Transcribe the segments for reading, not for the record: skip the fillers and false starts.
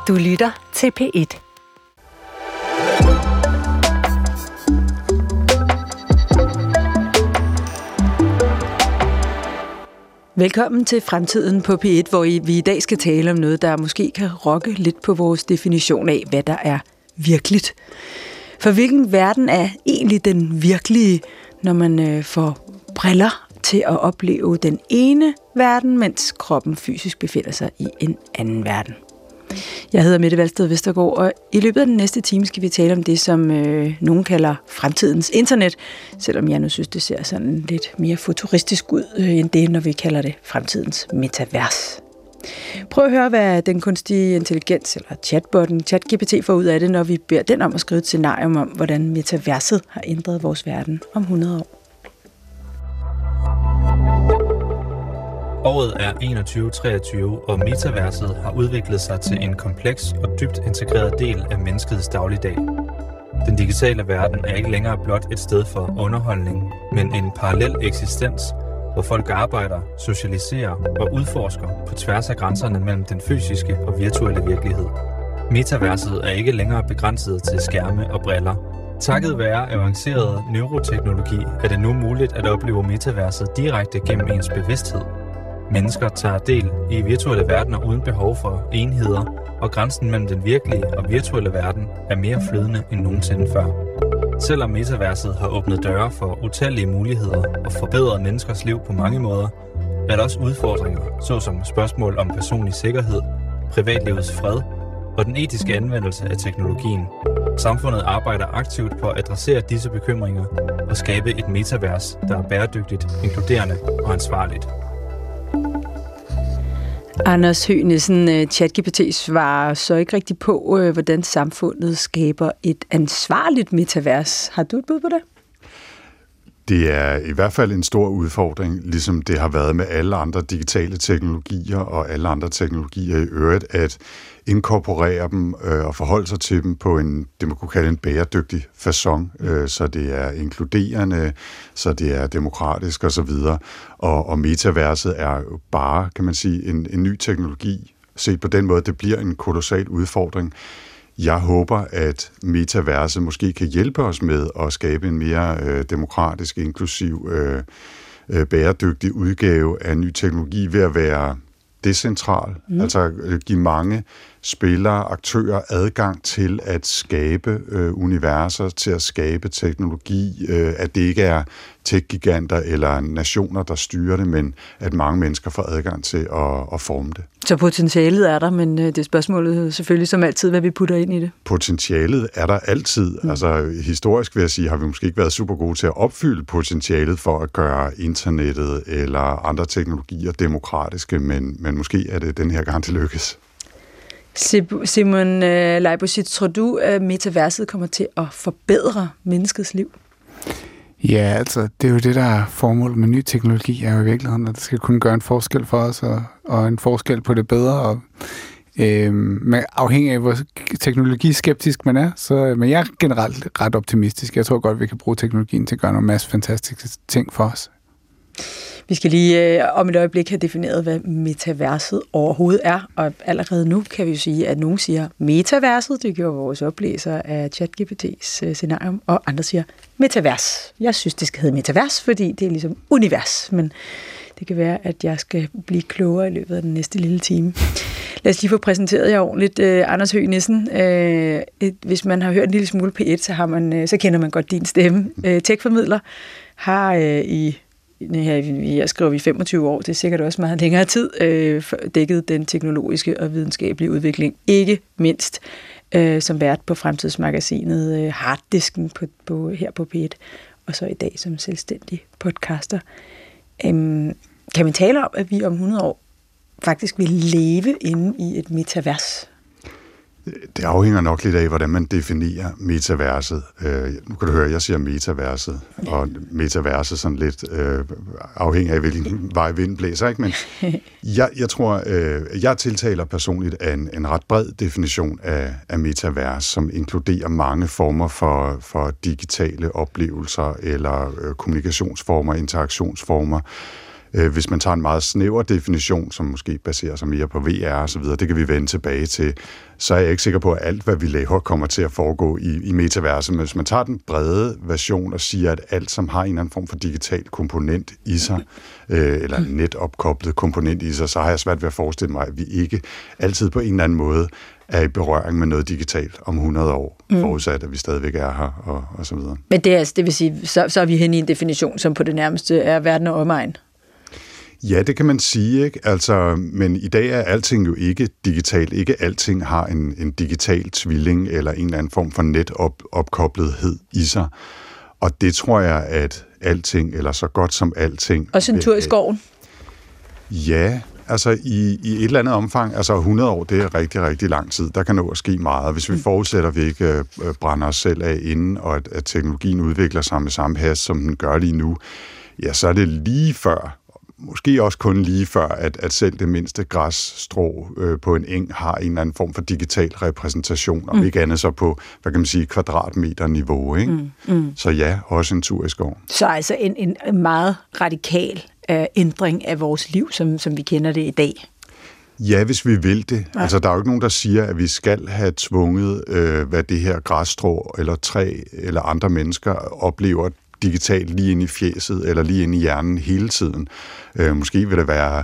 Du lytter til P1. Velkommen til Fremtiden på P1, hvor vi i dag skal tale om noget, der måske kan rokke lidt på vores definition af, hvad der er virkeligt. For hvilken verden er egentlig den virkelige, når man får briller til at opleve den ene verden, mens kroppen fysisk befinder sig i en anden verden? Jeg hedder Mette Valsted Vestergaard, og i løbet af den næste time skal vi tale om det, som nogen kalder fremtidens internet, selvom jeg nu synes, det ser sådan lidt mere futuristisk ud end det, når vi kalder det fremtidens metavers. Prøv at høre, hvad den kunstige intelligens, eller chatbotten, ChatGPT, får ud af det, når vi beder den om at skrive et scenarium om, hvordan metaverset har ændret vores verden om 100 år. Året er 2123, og metaverset har udviklet sig til en kompleks og dybt integreret del af menneskets dagligdag. Den digitale verden er ikke længere blot et sted for underholdning, men en parallel eksistens, hvor folk arbejder, socialiserer og udforsker på tværs af grænserne mellem den fysiske og virtuelle virkelighed. Metaverset er ikke længere begrænset til skærme og briller. Takket være avanceret neuroteknologi er det nu muligt at opleve metaverset direkte gennem ens bevidsthed. Mennesker tager del i virtuelle verdener uden behov for enheder, og grænsen mellem den virkelige og virtuelle verden er mere flydende end nogensinde før. Selvom metaverset har åbnet døre for utallige muligheder og forbedret menneskers liv på mange måder, er der også udfordringer, såsom spørgsmål om personlig sikkerhed, privatlivets fred og den etiske anvendelse af teknologien. Samfundet arbejder aktivt på at adressere disse bekymringer og skabe et metavers, der er bæredygtigt, inkluderende og ansvarligt. Anders Høgh Nissen, ChatGPT svarer så ikke rigtig på, hvordan samfundet skaber et ansvarligt metavers. Har du et bud på det? Det er i hvert fald en stor udfordring, ligesom det har været med alle andre digitale teknologier og alle andre teknologier i øvrigt, at inkorporere dem og forholde sig til dem på det man kunne kalde en bæredygtig facon, så det er inkluderende, så det er demokratisk osv. Og metaverset er jo bare, kan man sige, en ny teknologi. Set på den måde, det bliver en kolossal udfordring. Jeg håber, at metaverset måske kan hjælpe os med at skabe en mere demokratisk, inklusiv, bæredygtig udgave af ny teknologi ved at være decentral, altså give mange spillere, aktører adgang til at skabe universer, til at skabe teknologi, at det ikke er tech-giganter eller nationer, der styrer det, men at mange mennesker får adgang til at forme det. Så potentialet er der, men det er spørgsmålet selvfølgelig som altid, hvad vi putter ind i det. Potentialet er der altid. Altså historisk vil jeg sige, har vi måske ikke været super gode til at opfylde potentialet for at gøre internettet eller andre teknologier demokratiske, men måske er det den her gang til lykkes. Simon Leibowitz, tror du, at metaverset kommer til at forbedre menneskets liv? Ja, altså, det er jo det, der er formålet med ny teknologi, er jo i virkeligheden, at det skal kunne gøre en forskel for os, og en forskel på det bedre, og afhængig af, hvor teknologiskeptisk man er, men jeg er generelt ret optimistisk. Jeg tror godt, vi kan bruge teknologien til at gøre nogle masse fantastiske ting for os. Vi skal lige om et øjeblik have defineret, hvad metaverset overhovedet er, og allerede nu kan vi jo sige, at nogen siger metaverset, det gjorde vores oplæser af ChatGPT's scenarium, og andre siger metavers. Jeg synes, det skal hedde metavers, fordi det er ligesom univers, men det kan være, at jeg skal blive klogere i løbet af den næste lille time. Lad os lige få præsenteret jer ordentligt. Anders Høgh Nissen, hvis man har hørt en lille smule P1, så kender man godt din stemme. Techformidler har jeg skriver vi 25 år, det er sikkert også meget længere tid, dækket den teknologiske og videnskabelige udvikling, ikke mindst som vært på Fremtidsmagasinet Harddisken her på P1, og så i dag som selvstændig podcaster. Kan man tale om, at vi om 100 år faktisk vil leve inde i et metavers? Det afhænger nok lidt af, hvordan man definerer metaverset. Nu kan du høre, jeg siger metaverset, og metaverset sådan lidt afhænger af, hvilken vej vinden blæser, ikke? Men jeg tror, jeg tiltaler personligt af en ret bred definition af metavers, som inkluderer mange former for digitale oplevelser eller kommunikationsformer, interaktionsformer, Hvis man tager en meget snæver definition, som måske baserer sig mere på VR og så videre, det kan vi vende tilbage til, så er jeg ikke sikker på, at alt, hvad vi laver, kommer til at foregå i metaverset. Men hvis man tager den brede version og siger, at alt, som har en eller anden form for digital komponent i sig, eller netopkoblet komponent i sig, så har jeg svært ved at forestille mig, at vi ikke altid på en eller anden måde er i berøring med noget digitalt om 100 år, forudsat, at vi stadigvæk er her, og så videre. Men det vil sige, så er vi hen i en definition, som på det nærmeste er verden og omegn. Ja, det kan man sige, ikke? Altså, men i dag er alting jo ikke digitalt. Ikke alting har en digital tvilling eller en eller anden form for netopkoblethed i sig. Og det tror jeg, at alting, eller så godt som alting... Også en tur i skoven? Ja, altså i et eller andet omfang, altså 100 år, det er rigtig, rigtig lang tid. Der kan nå at ske meget. Hvis vi forudsætter, at vi ikke brænder os selv af inden, og at teknologien udvikler sig med samme hast, som den gør lige nu, ja, så er det lige før, måske også kun lige før, at selv det mindste græsstrå på en eng har en eller anden form for digital repræsentation, om ikke andet så på, hvad kan man sige, kvadratmeter-niveau, ikke? Så ja, også en tur i skoven. Så altså en meget radikal ændring af vores liv, som vi kender det i dag. Ja, hvis vi vil det. Ja. Altså, der er jo ikke nogen, der siger, at vi skal have tvunget, hvad det her græsstrå eller træ eller andre mennesker oplever digitalt lige ind i fjeset eller lige ind i hjernen hele tiden. Måske vil det være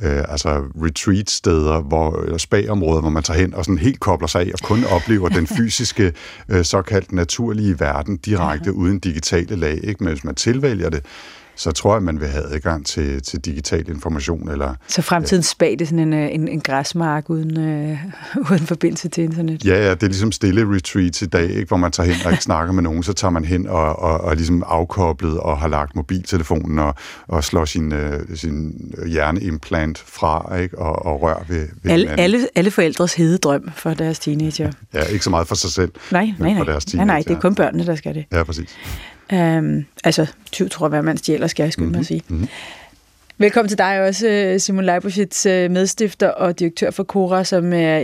retreat-steder eller spa-områder, hvor man tager hen og sådan helt kobler sig af og kun oplever den fysiske, såkaldt naturlige verden direkte uden digitale lag. Ikke? Men hvis man tilvælger det, så tror jeg, at man vil have adgang til digital information. Eller, så fremtidens spa, det er sådan en græsmark uden forbindelse til internet? Ja, det er ligesom stille retreats i dag, ikke? Hvor man tager hen og ikke snakker med nogen, så tager man hen og er ligesom afkoblet og har lagt mobiltelefonen og slår sin hjerneimplant fra, ikke? Og rører ved alle forældres hededrøm for deres teenager. Ja, ikke så meget for sig selv. Nej, det er kun børnene, der skal det. Ja, præcis. Tyv tror jeg, man stjæler, skal jeg skynde mig at sige. Velkommen til dig også, Simon Leiboschitz, medstifter og direktør for Cora, som er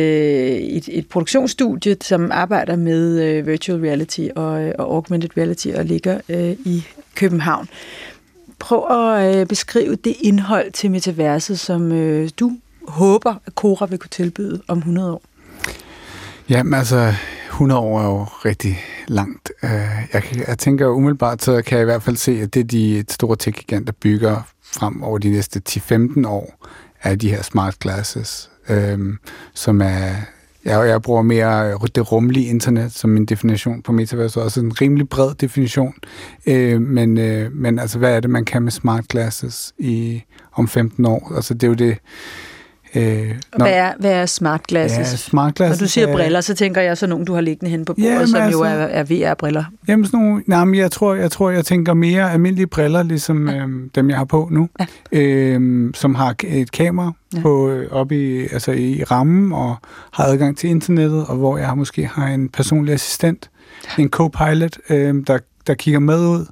et produktionsstudie, som arbejder med virtual reality og augmented reality og ligger i København. Prøv at beskrive det indhold til metaverset, som du håber, at Cora vil kunne tilbyde om 100 år. Jamen altså, 100 år er jo rigtig langt. Jeg tænker umiddelbart, så kan jeg i hvert fald se, at det de store tech-giganter bygger frem over de næste 10-15 år, er de her smart glasses, som er... Jeg bruger mere det rumlige internet som en definition på metaverset, også en rimelig bred definition. Men altså, hvad er det, man kan med smart glasses om 15 år? Altså, det er jo det... Hvad er smart glasses? Ja, smart glasses. Når du siger briller, så tænker jeg så nogle, du har liggende hen på bordet, som jo er VR-briller. Jamen sådan nogle, jeg tænker mere almindelige briller, ligesom dem, jeg har på nu, som har et kamera oppe i rammen, og har adgang til internettet, og hvor jeg måske har en personlig assistent, en co-pilot, der kigger med ud,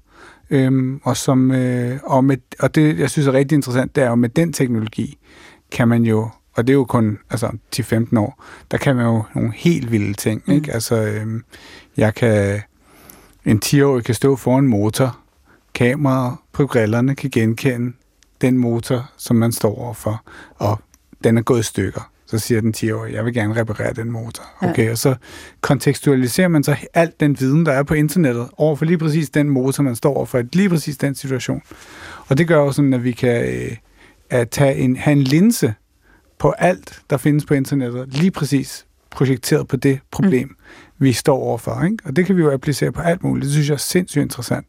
og det, jeg synes er rigtig interessant, det er jo med den teknologi, kan man jo, og det er jo kun 10-15 år, der kan man jo nogle helt vilde ting, ikke? Altså, en 10-årig kan stå foran en motor, kameraet på brillerne kan genkende den motor, som man står overfor, og den er gået i stykker. Så siger den 10-årige, jeg vil gerne reparere den motor. Okay, og så kontekstualiserer man så alt den viden, der er på internettet, over for lige præcis den motor, man står overfor, lige præcis den situation. Og det gør jo sådan, at vi kan have en linse på alt, der findes på internettet, lige præcis projiceret på det problem, vi står overfor. Ikke? Og det kan vi jo applicere på alt muligt. Det synes jeg er sindssygt interessant.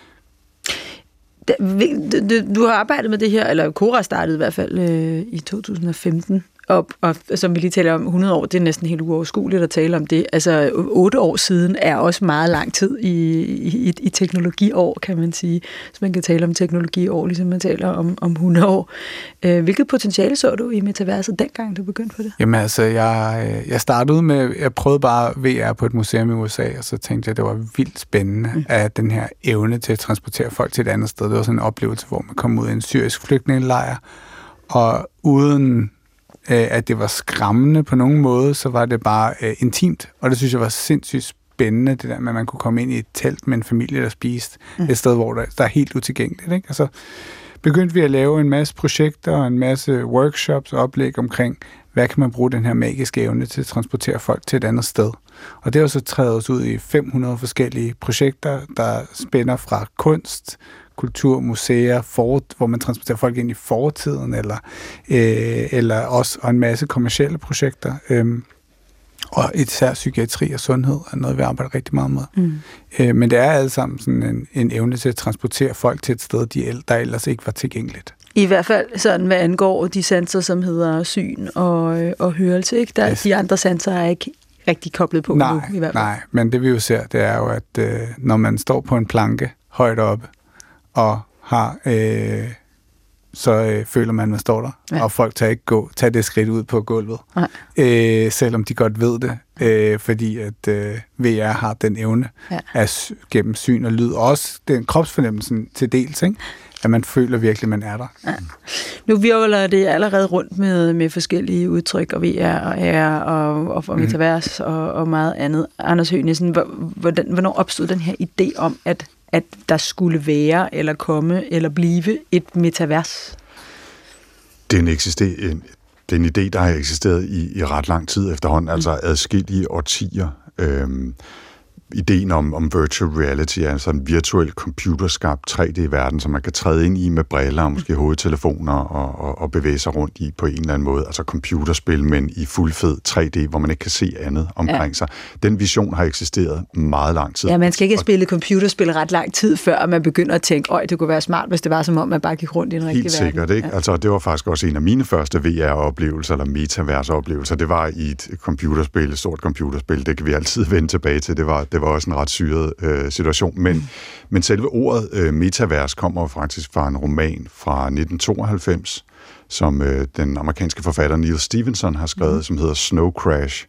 Du har arbejdet med det her, eller Cora startede i hvert fald i 2015, og som vi lige taler om, 100 år, det er næsten helt uoverskueligt at tale om det. Altså 8 år siden er også meget lang tid i teknologiår, kan man sige. Så man kan tale om teknologiår, ligesom man taler om 100 år. Hvilket potentiale så du i metaverset dengang, du begyndte på det? Jamen altså, jeg startede med, jeg prøvede bare VR på et museum i USA, og så tænkte jeg, at det var vildt spændende, at den her evne til at transportere folk til et andet sted. Det var sådan en oplevelse, hvor man kom ud af en syrisk flygtningelejr, og uden at det var skræmmende på nogen måde, så var det bare intimt, og det synes jeg var sindssygt spændende, det der med, at man kunne komme ind i et telt med en familie, der spiste et sted, hvor der er helt utilgængeligt. Ikke? Altså, begyndte vi at lave en masse projekter og en masse workshops og oplæg omkring, hvad kan man bruge den her magiske evne til at transportere folk til et andet sted. Og det har så trædet os ud i 500 forskellige projekter, der spænder fra kunst, kultur, museer, hvor man transporterer folk ind i fortiden, eller også og en masse kommercielle projekter. Og især psykiatri og sundhed er noget, vi arbejder rigtig meget med. Men det er alle sammen sådan en evne til at transportere folk til et sted, der ellers ikke var tilgængeligt. I hvert fald sådan, hvad angår de sanser, som hedder syn og hørelse, ikke? Der, yes. De andre sanser er ikke rigtig koblet på nu, i hvert fald. Nej, men det vi jo ser, det er jo, at når man står på en planke højt oppe, og har, så føler man står der, og folk tager ikke tage det skridt ud på gulvet, selvom de godt ved det, fordi at VR har den evne at gennem syn og lyd, og også den kropsfornemmelsen til dels, ikke? At man føler virkelig, at man er der. Ja. Nu virvler det allerede rundt med forskellige udtryk, og VR og AR og metavers og meget andet. Anders Høgh Nissen, hvornår opstod den her idé om, at der skulle være, eller komme, eller blive et metavers? Det er en idé, der har eksisteret i ret lang tid efterhånden, altså adskillige årtier. Ideen om virtual reality er altså en virtuel computerskabt 3D-verden, som man kan træde ind i med briller og måske hovedtelefoner og bevæge sig rundt i på en eller anden måde. Altså computerspil, men i fuldfed 3D, hvor man ikke kan se andet omkring sig. Den vision har eksisteret meget lang tid. Ja, man skal ikke spille computerspil ret lang tid, før man begynder at tænke, det kunne være smart, hvis det var som om, man bare gik rundt i en rigtig verden. Helt sikkert, ikke? Ja. Altså, det var faktisk også en af mine første VR-oplevelser, eller metavers-oplevelser. Det var i et computerspil, et stort computerspil. Det kan vi altid vende tilbage til. Det var også en ret syret situation. Men selve ordet metavers kommer faktisk fra en roman fra 1992, som den amerikanske forfatter Neil Stephenson har skrevet, som hedder Snow Crash,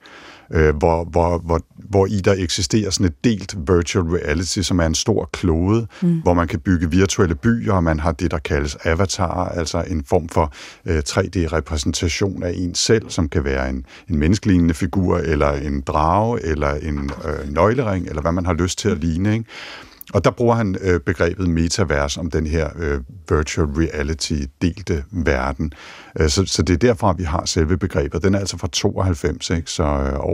hvor i der eksisterer sådan et delt virtual reality, som er en stor klode, hvor man kan bygge virtuelle byer, og man har det, der kaldes avatarer, altså en form for 3D-repræsentation af en selv, som kan være en menneskelignende figur, eller en drage, eller en nøglering, eller hvad man har lyst til at ligne, ikke? Og der bruger han begrebet metavers om den her virtual reality-delte verden. Så det er derfra, vi har selve begrebet. Den er altså fra 92, ikke? Så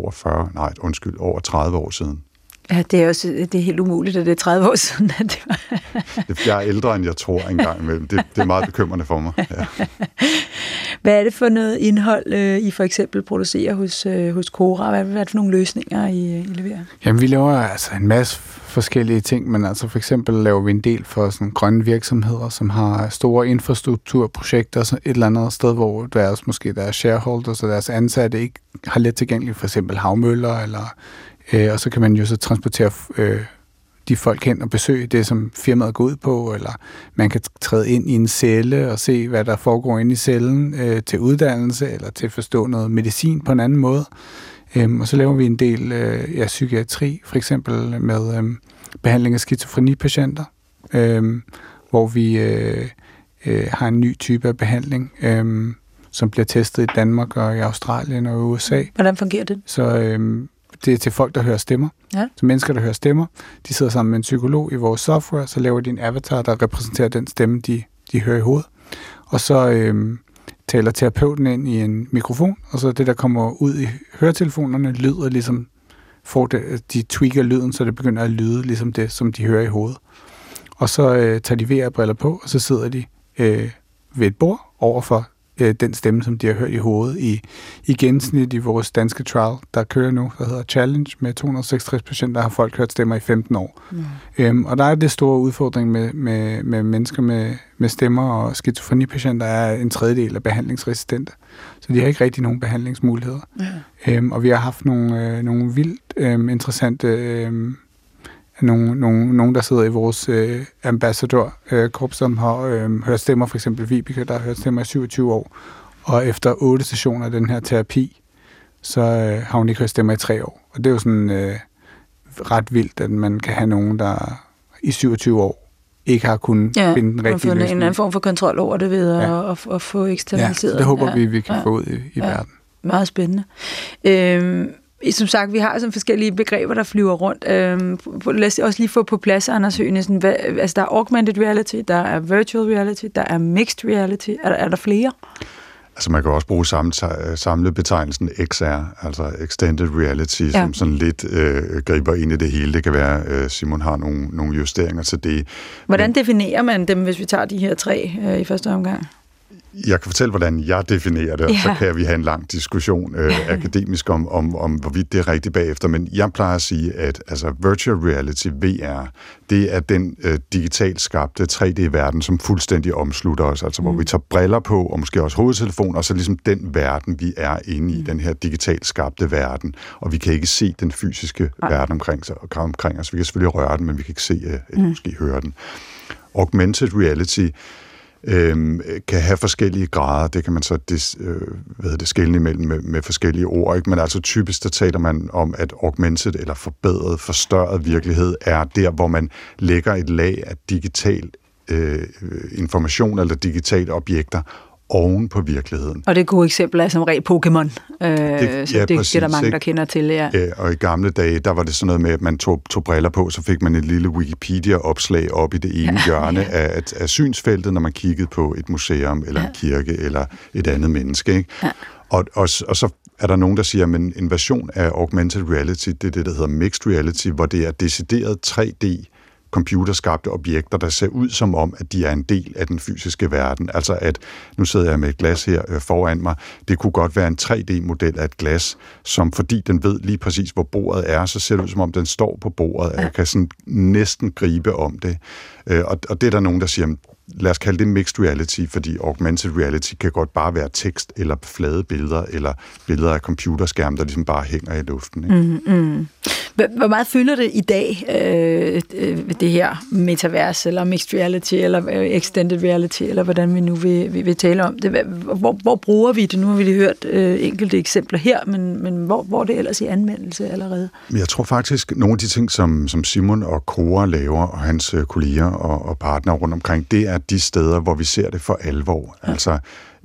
over 30 år siden. Ja, det er helt umuligt, at det er 30 år siden. At det var. Jeg er ældre, end jeg tror engang imellem. Det er meget bekymrende for mig. Ja. Hvad er det for noget indhold, I for eksempel producerer hos Cora? Hvad er det for nogle løsninger, I leverer? Jamen, vi laver altså en masse forskellige ting, men altså for eksempel laver vi en del for sådan grønne virksomheder, som har store infrastrukturprojekter, så et eller andet sted, hvor deres shareholders og deres ansatte ikke har let tilgængeligt, for eksempel havmøller, eller og så kan man jo så transportere de folk hen og besøge det, som firmaet går ud på, eller man kan træde ind i en celle og se, hvad der foregår inde i cellen til uddannelse, eller til at forstå noget medicin på en anden måde. Og så laver vi en del psykiatri, for eksempel med behandling af skizofrenipatienter, hvor vi har en ny type af behandling, som bliver testet i Danmark og i Australien og i USA. Hvordan fungerer det? Så det er til folk, der hører stemmer. Ja. Så mennesker, der hører stemmer, de sidder sammen med en psykolog i vores software, så laver de en avatar, der repræsenterer den stemme, de hører i hovedet. Og så taler terapeuten ind i en mikrofon, og så det, der kommer ud i høretelefonerne, lyder ligesom, de tweaker lyden, så det begynder at lyde ligesom det, som de hører i hovedet. Og så tager de VR-briller på, og så sidder de ved et bord overfor den stemme, som de har hørt i hovedet i gennemsnit i vores danske trial, der kører nu, der hedder Challenge, med 266 patienter, der har folk hørt stemmer i 15 år. Og der er det store udfordring med mennesker med stemmer og skizofrenipatienter, er en tredjedel af behandlingsresistente. Så de har ikke rigtig nogen behandlingsmuligheder. Og vi har haft nogle vildt interessante nogen, der sidder i vores ambassadør-korps, som har hørt stemmer, for eksempel Vibeke, der har hørt stemmer i 27 år, og efter 8 sessioner af den her terapi, så har hun ikke hørt stemmer i 3 år. Og det er jo sådan ret vildt, at man kan have nogen, der i 27 år ikke har kunnet finde den rigtige løsning. En anden form for kontrol over det ved at få eksternaliseret. Ja, så det håber vi kan få ud i verden. Meget spændende. som sagt, vi har sådan forskellige begreber, der flyver rundt. Lad os også lige få på plads, Anders Høgensen. Altså, der er augmented reality, der er virtual reality, der er mixed reality. Er der flere? Altså man kan også bruge samlebetegnelsen XR, altså Extended Reality, som sådan lidt griber ind i det hele. Det kan være, Simon har nogle justeringer til det. Hvordan definerer man dem, hvis vi tager de her 3 i første omgang? Jeg kan fortælle, hvordan jeg definerer det, og så kan vi have en lang diskussion akademisk om, hvorvidt det er rigtigt bagefter. Men jeg plejer at sige, at altså, virtual reality, VR, det er den digitalt skabte 3D-verden, som fuldstændig omslutter os. Altså, hvor vi tager briller på, og måske også hovedtelefon, og så ligesom den verden, vi er inde i, den her digitalt skabte verden. Og vi kan ikke se den fysiske verden omkring os. Vi kan selvfølgelig røre den, men vi kan ikke se, måske høre den. Augmented reality kan have forskellige grader. Det kan man så skelne imellem med forskellige ord. Ikke? Men altså typisk, der taler man om, at augmented eller forbedret, forstørret virkelighed er der, hvor man lægger et lag af digital information eller digitale objekter oven på virkeligheden. Og det gode eksempel er som regel Pokémon. Det er der mange, der kender til. Ja. Og i gamle dage, der var det sådan noget med, at man tog briller på, så fik man et lille Wikipedia-opslag op i det ene hjørne af synsfeltet, når man kiggede på et museum, eller en kirke, eller et andet menneske. Ikke? Ja. Og så er der nogen, der siger, at en version af augmented reality, det er det, der hedder mixed reality, hvor det er decideret 3D computerskabte objekter, der ser ud som om, at de er en del af den fysiske verden. Altså at, nu sidder jeg med et glas her foran mig, det kunne godt være en 3D-model af et glas, som fordi den ved lige præcis, hvor bordet er, så ser det ud som om, den står på bordet, og jeg kan sådan næsten gribe om det. Og det er der nogen, der siger, lad os kalde det mixed reality, fordi augmented reality kan godt bare være tekst, eller flade billeder, eller billeder af computerskærm, der ligesom bare hænger i luften. Ikke? Hvor meget fylder det i dag, det her metavers, eller mixed reality, eller extended reality, eller hvordan vi nu vil tale om det? Hvor bruger vi det? Nu har vi lige hørt enkelte eksempler her, men hvor er det ellers i anvendelse allerede? Jeg tror faktisk, nogle af de ting, som Simon og Kåre laver, og hans kolleger og partnere rundt omkring, det er de steder, hvor vi ser det for alvor. Ja. Altså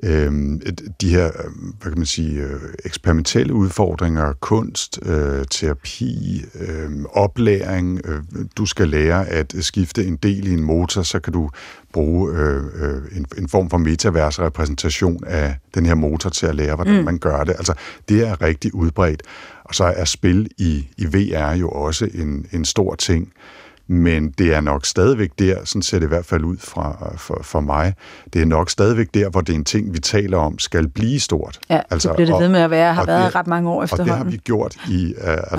de her, hvad kan man sige, eksperimentelle udfordringer, kunst, terapi, oplæring. Du skal lære at skifte en del i en motor, så kan du bruge en form for metavers-repræsentation af den her motor til at lære, hvordan man gør det. Altså, det er rigtig udbredt. Og så er spil i VR jo også en stor ting. Men det er nok stadigvæk der, sådan ser det i hvert fald ud for mig, det er nok stadigvæk der, hvor det er en ting, vi taler om, skal blive stort. Ja, altså, det bliver det ved med at være, har været ret mange år efterhånden. Og det har vi gjort i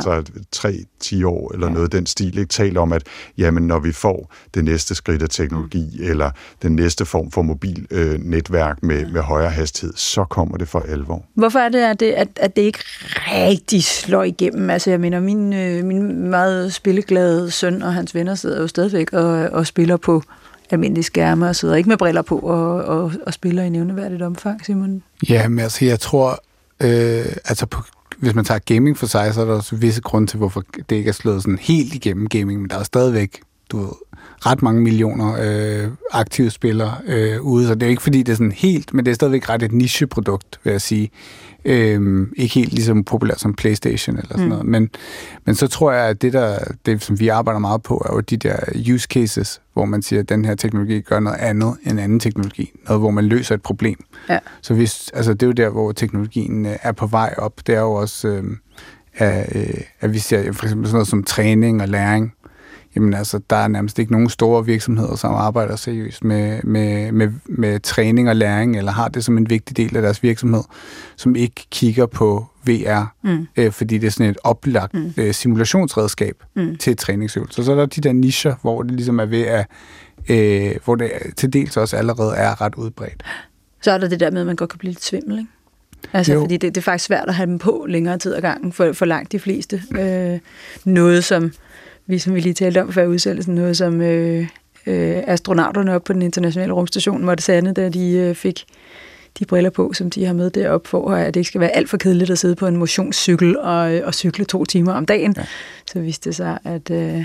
3-10 år, eller noget den stil, ikke tale om, at jamen, når vi får det næste skridt af teknologi, eller den næste form for mobilnetværk med højere hastighed, så kommer det for alvor. Hvorfor er det, at det ikke rigtig slår igennem? Altså, jeg mener, min meget spilleglade søn og hans venner sidder jo stadigvæk og spiller på almindelige skærme og sidder ikke med briller på og spiller i nævneværdigt omfang, Simon. Ja, men altså jeg tror, hvis man tager gaming for sig, så er der også visse grunde til, hvorfor det ikke er slået sådan helt igennem gaming, men der er stadigvæk, ret mange millioner aktive spillere ude, så det er ikke fordi, det er sådan helt, men det er stadigvæk ret et nicheprodukt, vil jeg sige. Ikke helt ligesom populært som PlayStation eller sådan noget, men så tror jeg, at det, som vi arbejder meget på, er jo de der use cases, hvor man siger, at den her teknologi gør noget andet end anden teknologi. Noget, hvor man løser et problem. Ja. Så det er jo der, hvor teknologien er på vej op. Det er jo også, at vi ser for eksempel sådan noget som træning og læring. Jamen altså, der er nærmest ikke nogen store virksomheder, som arbejder seriøst med træning og læring, eller har det som en vigtig del af deres virksomhed, som ikke kigger på VR, fordi det er sådan et oplagt simulationsredskab til træningsøvelser. Så er der de der nicher, hvor det ligesom er ved at, hvor det til dels også allerede er ret udbredt. Så er der det der med, at man godt kan blive lidt svimmel, ikke? Altså, fordi det er faktisk svært at have dem på længere tid ad gangen for langt de fleste. Noget som vi lige talte om før udsendelsen, noget som astronauterne op på den internationale rumstation måtte sande, da de fik de briller på, som de har med deroppe, for at det ikke skal være alt for kedeligt at sidde på en motionscykel og cykle 2 timer om dagen. Ja. Så viste det sig, at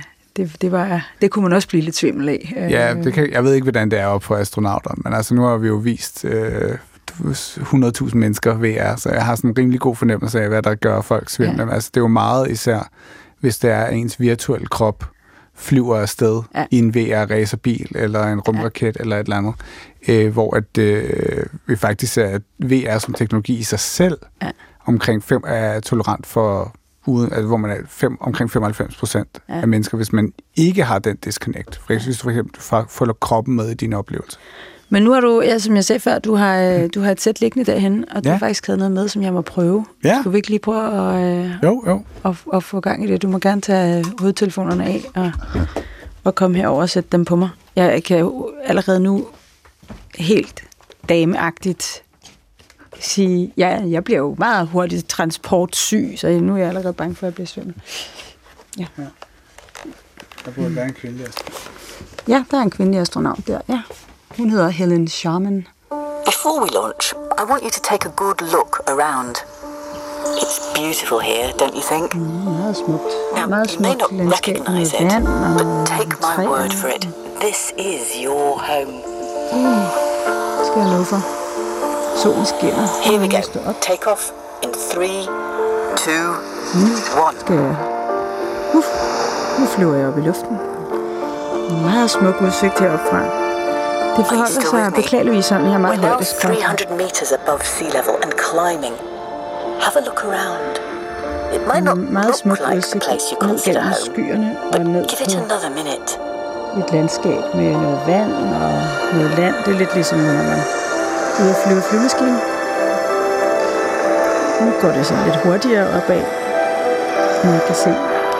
det kunne man også blive lidt svimmel af. Ja, jeg ved ikke, hvordan det er oppe for astronauter, men altså nu har vi jo vist 100.000 mennesker VR, så jeg har sådan en rimelig god fornemmelse af, hvad der gør folk svimle. Altså, det er jo meget især, hvis det er ens virtuelle krop flyver afsted i en VR-racerbil, eller en rumraket, eller et eller andet, hvor at, vi faktisk ser, at VR som teknologi i sig selv omkring 5 er tolerant for altså, hvor man er omkring 95% af mennesker, hvis man ikke har den disconnect. Hvis du for eksempel følger kroppen med i dine oplevelser. Men nu har du, som jeg sagde før, du har et sæt liggende derhen, og du har faktisk taget noget med, som jeg må prøve. Ja. Skal vi ikke lige prøve at få gang i det? Du må gerne tage hovedtelefonerne af og komme herover og sætte dem på mig. Jeg kan jo allerede nu helt dameagtigt sige, jeg bliver jo meget hurtigt transportsyg, så nu er jeg allerede bange for, at jeg bliver svimmel. Ja. Der burde være en kvindelig astronaut. Ja, der er en kvindelig astronaut der, ja. Hun hedder Helen Sharman. Before we launch, I want you to take a good look around. It's beautiful here, don't you think? Meget smukt. Now, meget you may smukt not landskab recognize med vand it, og but take my træer. word for it. This is your home. Skal jeg love for. Solen skinner. Here we go. Take off in 3, 2, 1. Skal jeg... Nu flyver jeg op i luften. Meget smuk udsigt heroppe fra. Det forholder sig beklageligvis sådan, jeg har meget højt skræk. We're now 300 meters above sea level and climbing. Have a look around. It might not look like the place you consider home, but give it another minute. Et landskab med noget vand og noget land. Det er lidt ligesom, når man er ude at flyve flyvemaskinen. Nu går det sådan lidt hurtigere opad. Man kan se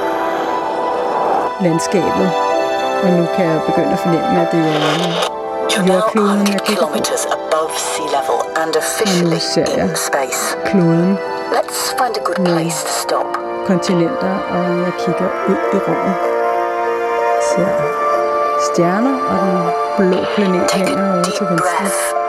landskabet. Og nu kan jeg begynde at fornemme, at det er jordkloden, jeg kigger på. Og nu ser jeg kloden med kontinenter, og jeg kigger ud i rummet. Ser stjerner, og den blå planet hænger over til venstre.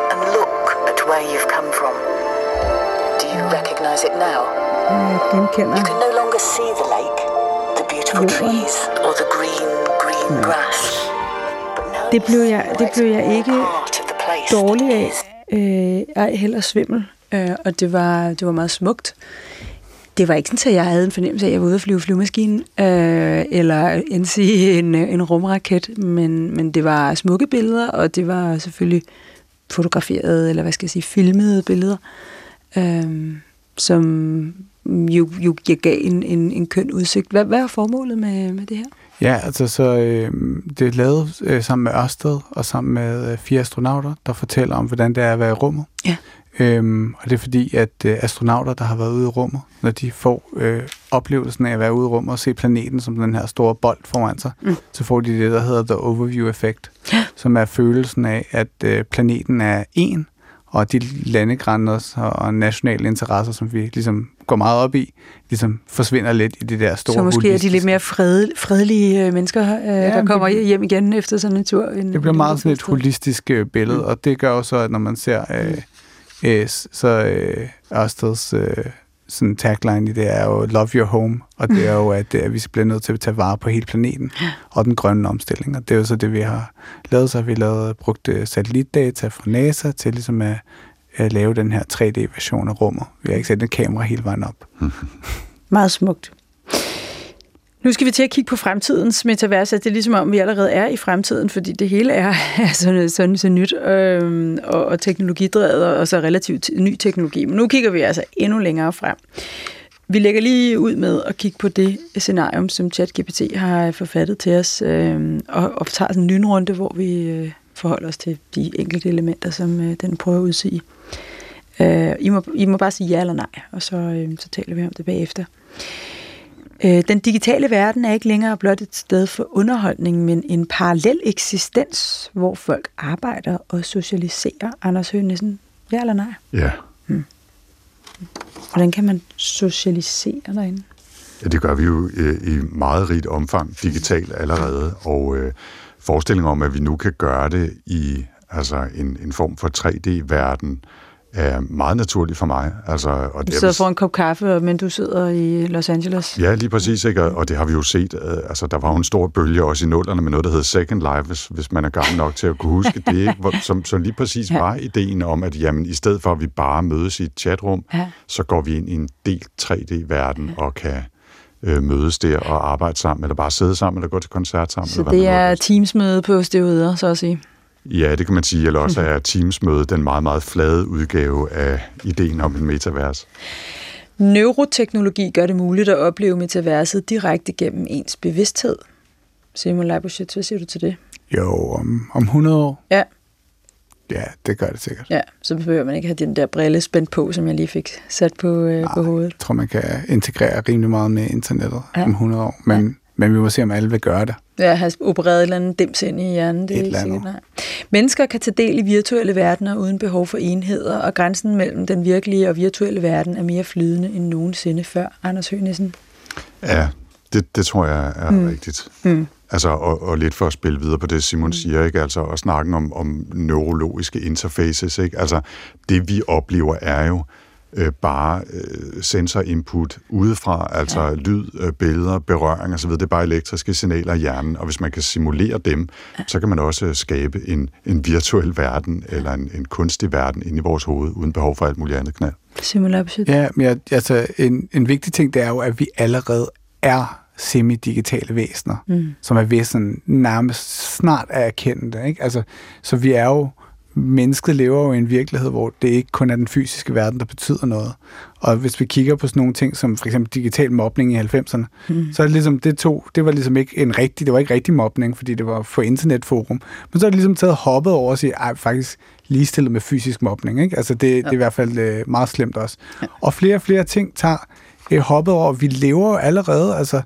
Jeg genkender You can no longer see the lake, the beautiful trees, or the green grass. Det blev jeg ikke dårlig af. Ej, heller svimmel. Og det var meget smukt. Det var ikke sådan, at jeg havde en fornemmelse af, at jeg var ude at flyve flyvemaskinen, eller en rumraket, men det var smukke billeder, og det var selvfølgelig fotograferede, eller hvad skal jeg sige, filmede billeder, som jo gav en køn udsigt. Hvad er formålet med det her? Ja, altså så det er lavet sammen med Ørsted og sammen med 4 astronauter, der fortæller om, hvordan det er at være i rummet. Ja. Og det er fordi, at astronauter, der har været ude i rummet, når de får oplevelsen af at være ude i rummet og se planeten som den her store bold foran sig, så får de det, der hedder The Overview-effekt, som er følelsen af, at planeten er en, og de landegrænser og nationale interesser, som vi ligesom går meget op i, ligesom forsvinder lidt i det der store. Så måske er de lidt mere fredelige mennesker, der kommer hjem igen efter sådan en tur. Det bliver meget sådan et holistisk billede, og det gør jo så, at når man ser Ørsteds sådan tagline i det er jo Love Your Home, og det er jo, at vi bliver nødt til at tage vare på hele planeten og den grønne omstilling, og det er jo så det, vi har lavet. Så har vi brugt satellitdata fra NASA til ligesom at lave den her 3D-version af rummet. Vi har ikke sat et kamera hele vejen op. Meget smukt. Nu skal vi til at kigge på fremtidens metavers. Det er ligesom om, vi allerede er i fremtiden, fordi det hele er sådan så nyt og teknologidrevet, og så relativt ny teknologi. Men nu kigger vi altså endnu længere frem. Vi lægger lige ud med at kigge på det scenarium, som ChatGPT har forfattet til os, og tager sådan en lynrunde, hvor vi forholder os til de enkelte elementer, som den prøver at udsige. I må bare sige ja eller nej, og så taler vi om det bagefter. Den digitale verden er ikke længere blot et sted for underholdning, men en parallel eksistens, hvor folk arbejder og socialiserer. Anders Høgh Nissen, ja eller nej? Ja. Hvordan kan man socialisere derinde? Ja, det gør vi jo i meget rigt omfang digitalt allerede, og forestillingen om, at vi nu kan gøre det i en form for 3D-verden, er meget naturligt for mig. Altså, og du sidder foran en kop kaffe, men du sidder i Los Angeles. Ja, lige præcis, ikke? Og det har vi jo set. Altså, der var jo en stor bølge også i 00'erne med noget, der hed Second Life, hvis man er gammel nok til at kunne huske det, ikke? Som lige præcis var ideen om, at jamen, i stedet for, at vi bare mødes i et chatrum, så går vi ind i en delt 3D-verden og kan mødes der og arbejde sammen, eller bare sidde sammen, eller gå til koncert sammen. Så det er Teams-møde på steroider, så at sige? Ja, det kan man sige, eller også er Teams-møde den meget, meget flade udgave af ideen om en metavers. Neuroteknologi gør det muligt at opleve metaverset direkte gennem ens bevidsthed. Simon Leiboschitz, hvad siger du til det? Jo, om 100 år. Ja. Ja, det gør det sikkert. Ja, så behøver man ikke have den der brille spændt på, som jeg lige fik sat på hovedet. Jeg tror, man kan integrere rimelig meget med internettet om 100 år, men vi må se, om alle vil gøre det. Ja, have opereret et eller andet dims ind i hjernen, det er ikke sikkert, nej. Mennesker kan tage del i virtuelle verdener uden behov for enheder, og grænsen mellem den virkelige og virtuelle verden er mere flydende end nogensinde før. Anders Høgh Nissen? Ja, det tror jeg er rigtigt. Altså, og lidt for at spille videre på det, Simon siger, ikke? Altså, og snakken om neurologiske interfaces, ikke? Altså, det vi oplever er jo bare sensorinput udefra, altså lyd, billeder, berøring osv. Det er bare elektriske signaler i hjernen, og hvis man kan simulere dem, så kan man også skabe en virtuel verden, eller en kunstig verden inde i vores hoved, uden behov for alt muligt andet knald. Simon Leiboschitz? Ja, men altså, en vigtig ting, det er jo, at vi allerede er semi-digitale væsener, som er ved sådan nærmest snart er erkendte, ikke? Altså, så vi er jo mennesket lever jo i en virkelighed, hvor det ikke kun er den fysiske verden, der betyder noget. Og hvis vi kigger på sådan nogle ting, som for eksempel digital mobning i 90'erne, så er det ligesom, det var ligesom ikke det var ikke rigtig mobning, fordi det var for internetforum. Men så er det ligesom taget hoppet over og sige, faktisk ligestillet med fysisk mobning, ikke? Altså det er i hvert fald meget slemt også. Ja. Og flere og flere ting tager hoppet over. Vi lever jo allerede, altså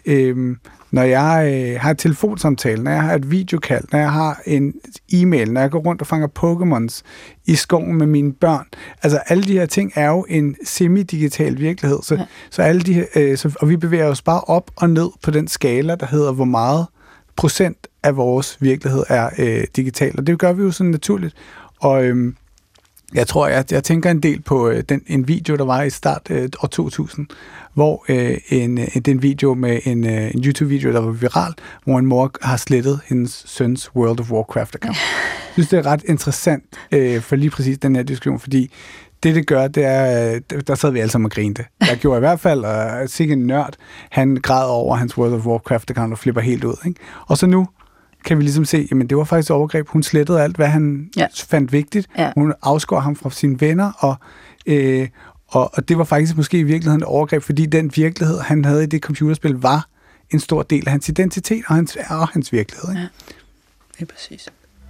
når jeg har et telefonsamtale, når jeg har et videokald, når jeg har en e-mail, når jeg går rundt og fanger Pokémons i skoven med mine børn. Altså alle de her ting er jo en semi-digital virkelighed. Så alle de her, og vi bevæger os bare op og ned på den skala, der hedder, hvor meget procent af vores virkelighed er digital. Og det gør vi jo sådan naturligt. Og jeg tror, jeg tænker en del på en video, der var i start år 2000, hvor det er en video med en YouTube-video, der var viral, hvor en mor har slettet hendes søns World of Warcraft-account. Jeg synes, det er ret interessant for lige præcis den her diskussion, fordi det gør, det er, der sad vi alle sammen og grinte. Jeg gjorde i hvert fald, og sikkert en nørd, han græd over hans World of Warcraft-account og flipper helt ud, ikke? Og så nu kan vi ligesom se, jamen det var faktisk overgreb. Hun slettede alt, hvad han fandt vigtigt. Ja. Hun afskår ham fra sine venner, og det var faktisk måske i virkeligheden et overgreb, fordi den virkelighed, han havde i det computerspil, var en stor del af hans identitet og hans virkelighed. Ikke? Ja, det er præcis.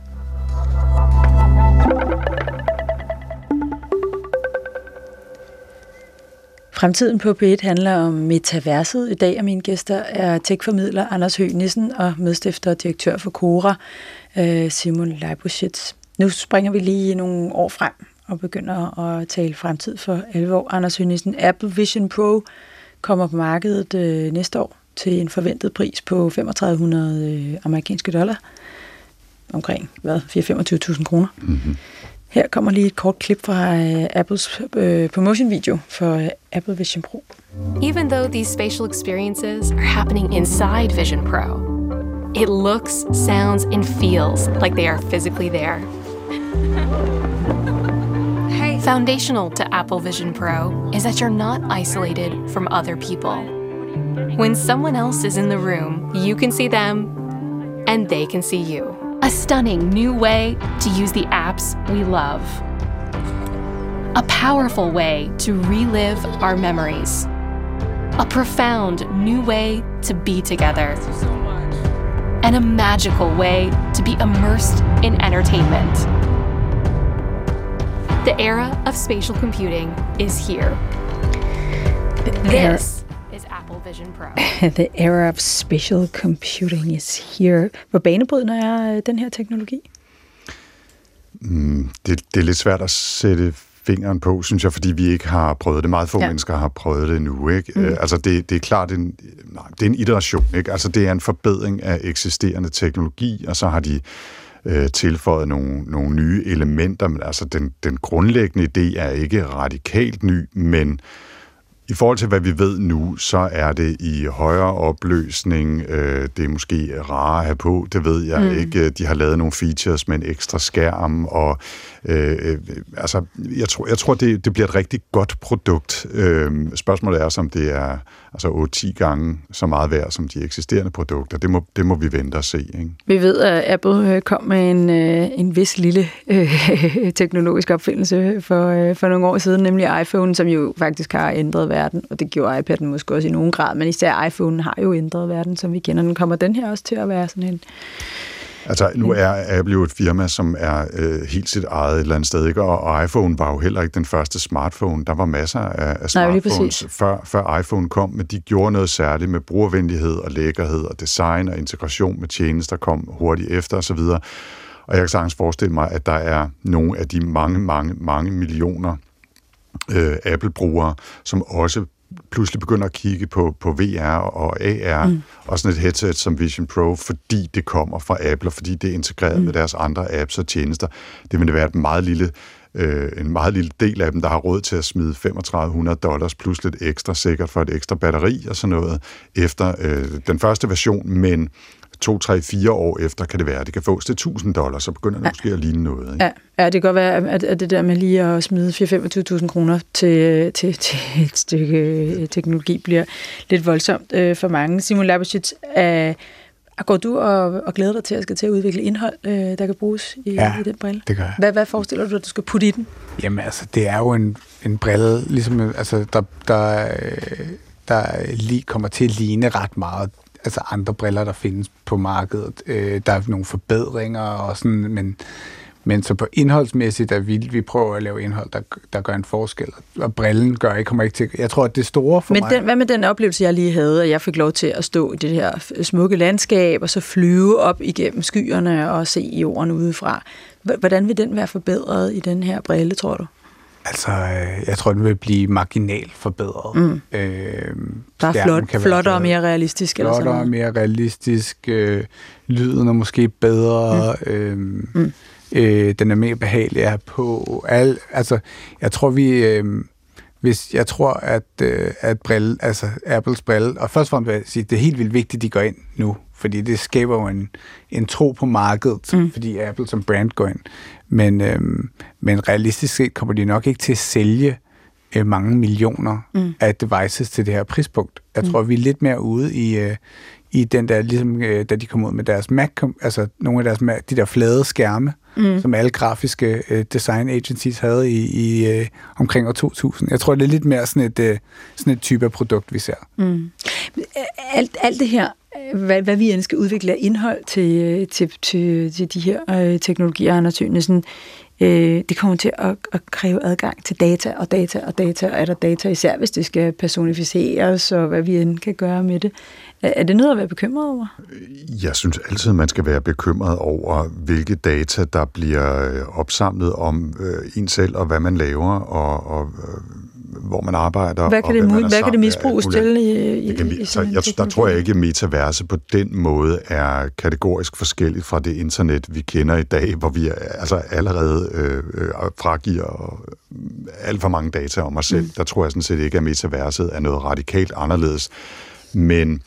Fremtiden på P1 handler om metaverset. I dag er mine gæster er tech-formidler Anders Høgh Nissen og medstifter og direktør for Cora, Simon Leiboschitz. Nu springer vi lige nogle år frem og begynder at tale fremtid for alvor. Anders Høgh Nissen, Apple Vision Pro kommer på markedet næste år til en forventet pris på $3.500 amerikanske dollar. Omkring 4-25.000 kroner. Mm-hmm. Her kommer lige et kort klip fra Apples promotion video for Apple Vision Pro. Even though these spatial experiences are happening inside Vision Pro, it looks, sounds, and feels like they are physically there. Hey. Foundational to Apple Vision Pro is that you're not isolated from other people. When someone else is in the room, you can see them, and they can see you. A stunning new way to use the apps we love. A powerful way to relive our memories. A profound new way to be together. And a magical way to be immersed in entertainment. The era of spatial computing is here. This is Apple Vision Pro. The era of spatial computing is here. Hvor banebrydende er den her teknologi? Det er lidt svært at sætte fingeren på, synes jeg, fordi vi ikke har prøvet det. Meget få mennesker har prøvet det nu, ikke? Altså, det er klart, det er en iteration, ikke? Altså, det er en forbedring af eksisterende teknologi, og så har de tilføjet nogle nye elementer, men altså den grundlæggende idé er ikke radikalt ny, men i forhold til, hvad vi ved nu, så er det i højere opløsning. Det er måske rarere at have på, det ved jeg ikke. De har lavet nogle features med en ekstra skærm, og altså, jeg tror det bliver et rigtig godt produkt. Spørgsmålet er, om det er altså 8-10 gange så meget værd som de eksisterende produkter. Det må vi vente og se. Ikke? Vi ved, at Apple kom med en vis lille teknologisk opfindelse for nogle år siden, nemlig iPhone, som jo faktisk har ændret verden, og det gjorde iPad'en måske også i nogen grad, men især iPhone har jo ændret verden, som vi kender den. Kommer den her også til at være sådan en... Altså, nu er Apple jo et firma, som er helt sit eget et eller andet sted, ikke? Og iPhone var jo heller ikke den første smartphone. Der var masser af smartphones, før iPhone kom, men de gjorde noget særligt med brugervenlighed og lækkerhed og design og integration med tjenester, kom hurtigt efter osv. Og jeg kan sagtens forestille mig, at der er nogle af de mange millioner Apple-brugere, som også pludselig begynder at kigge på VR og AR og sådan et headset som Vision Pro, fordi det kommer fra Apple, og fordi det er integreret med deres andre apps og tjenester. Det vil være en meget lille del af dem, der har råd til at smide $3,500 plus lidt ekstra, sikkert for et ekstra batteri og sådan noget, efter den første version, men 2-3-4 år efter kan det være, at det kan fås til $1,000, så begynder det måske at ligne noget. Ikke? Ja, det kan godt være, at det der med lige at smide 4-25.000 kroner til et stykke teknologi bliver lidt voldsomt for mange. Simon Labuschagne, går du og glæder dig til at udvikle indhold, der kan bruges i den brille? Det gør jeg. Hvad forestiller du, at du skal putte i den? Jamen altså, det er jo en brille, ligesom, altså, der lige kommer til at ligne ret meget altså andre briller, der findes på markedet. Der er nogle forbedringer og sådan, men så på indholdsmæssigt, der vil vi prøve at lave indhold, der gør en forskel. Og brillen kommer ikke til... Jeg tror, at det store for mig... Hvad med den oplevelse, jeg lige havde, at jeg fik lov til at stå i det her smukke landskab, og så flyve op igennem skyerne og se jorden udefra? Hvordan vil den være forbedret i den her brille, tror du? Altså, jeg tror, den vil blive marginalt forbedret. Der er flottere og mere realistisk. Flottere og mere realistisk. Lyden er måske bedre. Den er mere behagelig at have på. Altså, jeg tror, at brille, altså Apples brille, og først og fremmest vil jeg sige, det er helt vildt vigtigt, at de går ind nu, fordi det skaber jo en tro på markedet, fordi Apple som brand går ind. Men realistisk set kommer de nok ikke til at sælge mange millioner af devices til det her prispunkt. Jeg tror, vi er lidt mere ude i den der, ligesom da de kom ud med deres Mac, altså nogle af deres de der flade skærme, som alle grafiske design agencies havde i omkring år 2000. Jeg tror, det er lidt mere sådan et type af produkt, vi ser. Alt det her, hvad vi end skal udvikle af indhold til de her teknologier, Anders Tønnesen, det kommer til at kræve adgang til data, og er der data, især hvis det skal personificeres, og hvad vi end kan gøre med det. Er det noget at være bekymret over? Jeg synes altid, man skal være bekymret over, hvilke data, der bliver opsamlet om en selv, og hvad man laver, og hvor man arbejder. Hvad kan det misbruges til der tror jeg ikke, at metaverse på den måde er kategorisk forskelligt fra det internet, vi kender i dag, hvor vi altså allerede fragiver alt for mange data om os selv. Der tror jeg sådan set ikke, at metaverset er noget radikalt anderledes. Men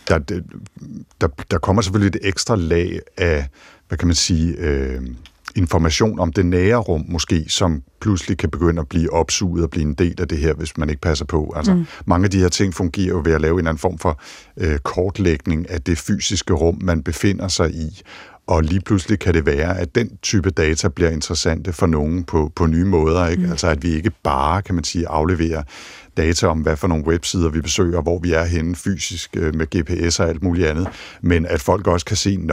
der kommer selvfølgelig et ekstra lag af, hvad kan man sige, information om det nære rum måske, som pludselig kan begynde at blive opsuget og blive en del af det her, hvis man ikke passer på. Altså, mange af de her ting fungerer jo ved at lave en anden form for kortlægning af det fysiske rum, man befinder sig i. Og lige pludselig kan det være, at den type data bliver interessante for nogen på nye måder. Ikke? Altså at vi ikke bare, kan man sige, afleverer data om, hvad for nogle websider vi besøger, hvor vi er henne fysisk med GPS og alt muligt andet, men at folk også kan se,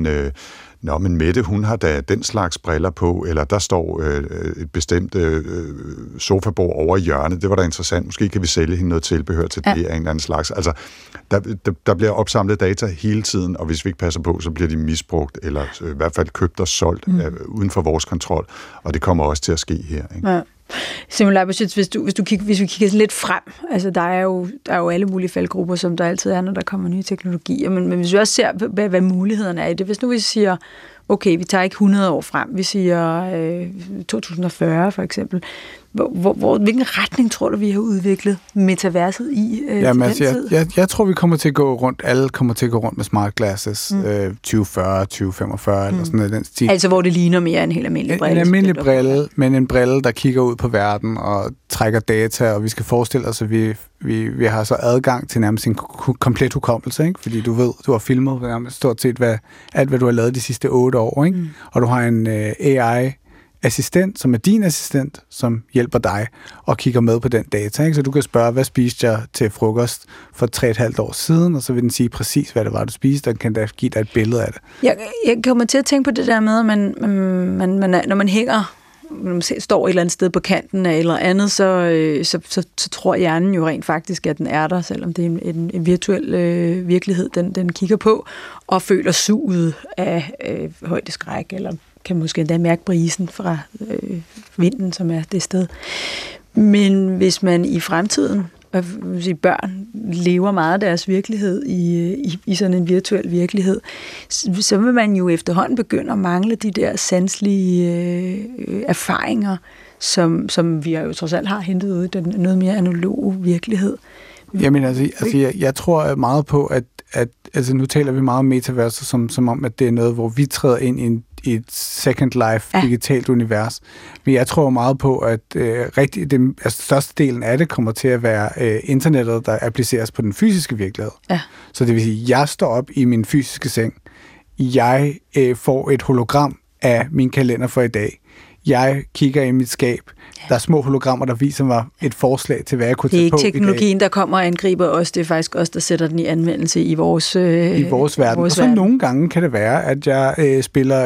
men Mette, hun har da den slags briller på, eller der står et bestemt sofabord over i hjørnet. Det var da interessant. Måske kan vi sælge hende noget tilbehør til det af en eller anden slags. Altså, der bliver opsamlet data hele tiden, og hvis vi ikke passer på, så bliver de misbrugt, eller i hvert fald købt og solgt uden for vores kontrol. Og det kommer også til at ske her. Ikke? Ja. Simon Labuschagne, hvis vi kigger lidt frem, altså der er jo alle mulige faldgrupper, som der altid er, når der kommer nye teknologier, men hvis vi også ser, hvad mulighederne er i det, hvis nu vi siger okay, vi tager ikke 100 år frem, vi siger 2040 for eksempel. Hvilken retning tror du, vi har udviklet metaverset i jeg tror, vi kommer til at gå rundt, alle kommer til at gå rundt med smart glasses 2040, 2045 eller sådan noget den stil. Altså, hvor det ligner mere en helt almindelig brille. En almindelig brille, men en brille, der kigger ud på verden og trækker data, og vi skal forestille os, at vi har så adgang til nærmest en komplet hukommelse, ikke? Fordi du ved, du har filmet nærmest stort set alt, hvad du har lavet de sidste 8 år, ikke? Og du har en AI-assistent, som er din assistent, som hjælper dig og kigger med på den data. Ikke? Så du kan spørge, hvad spiste jeg til frokost for 3,5 år siden, og så vil den sige præcis, hvad det var, du spiste, og kan da give dig et billede af det. Jeg kommer til at tænke på det der med, at når man hænger, når man står et eller andet sted på kanten af et eller andet, så tror hjernen jo rent faktisk, at den er der, selvom det er en virtuel virkelighed, den kigger på, og føler suget af højdeskræk, eller kan måske endda mærke brisen fra vinden, som er det sted. Men hvis man i fremtiden, børn lever meget af deres virkelighed i sådan en virtuel virkelighed, så vil man jo efterhånden begynde at mangle de der sanselige erfaringer, som vi jo trods alt har hentet ud i den noget mere analoge virkelighed. Jamen jeg tror meget på, at altså nu taler vi meget om metaverset som om, at det er noget, hvor vi træder ind i et second life digitalt univers. Men jeg tror meget på, at størstedelen af det kommer til at være internettet, der appliceres på den fysiske virkelighed. Ja. Så det vil sige, at jeg står op i min fysiske seng. Jeg får et hologram af min kalender for i dag. Jeg kigger i mit skab. Der er små hologrammer, der viser mig et forslag til, hvad jeg kunne tage på i dag. Det er ikke teknologien, der kommer og angriber os. Det er faktisk os, der sætter den i anvendelse i vores verden. Og så nogle gange kan det være, at jeg spiller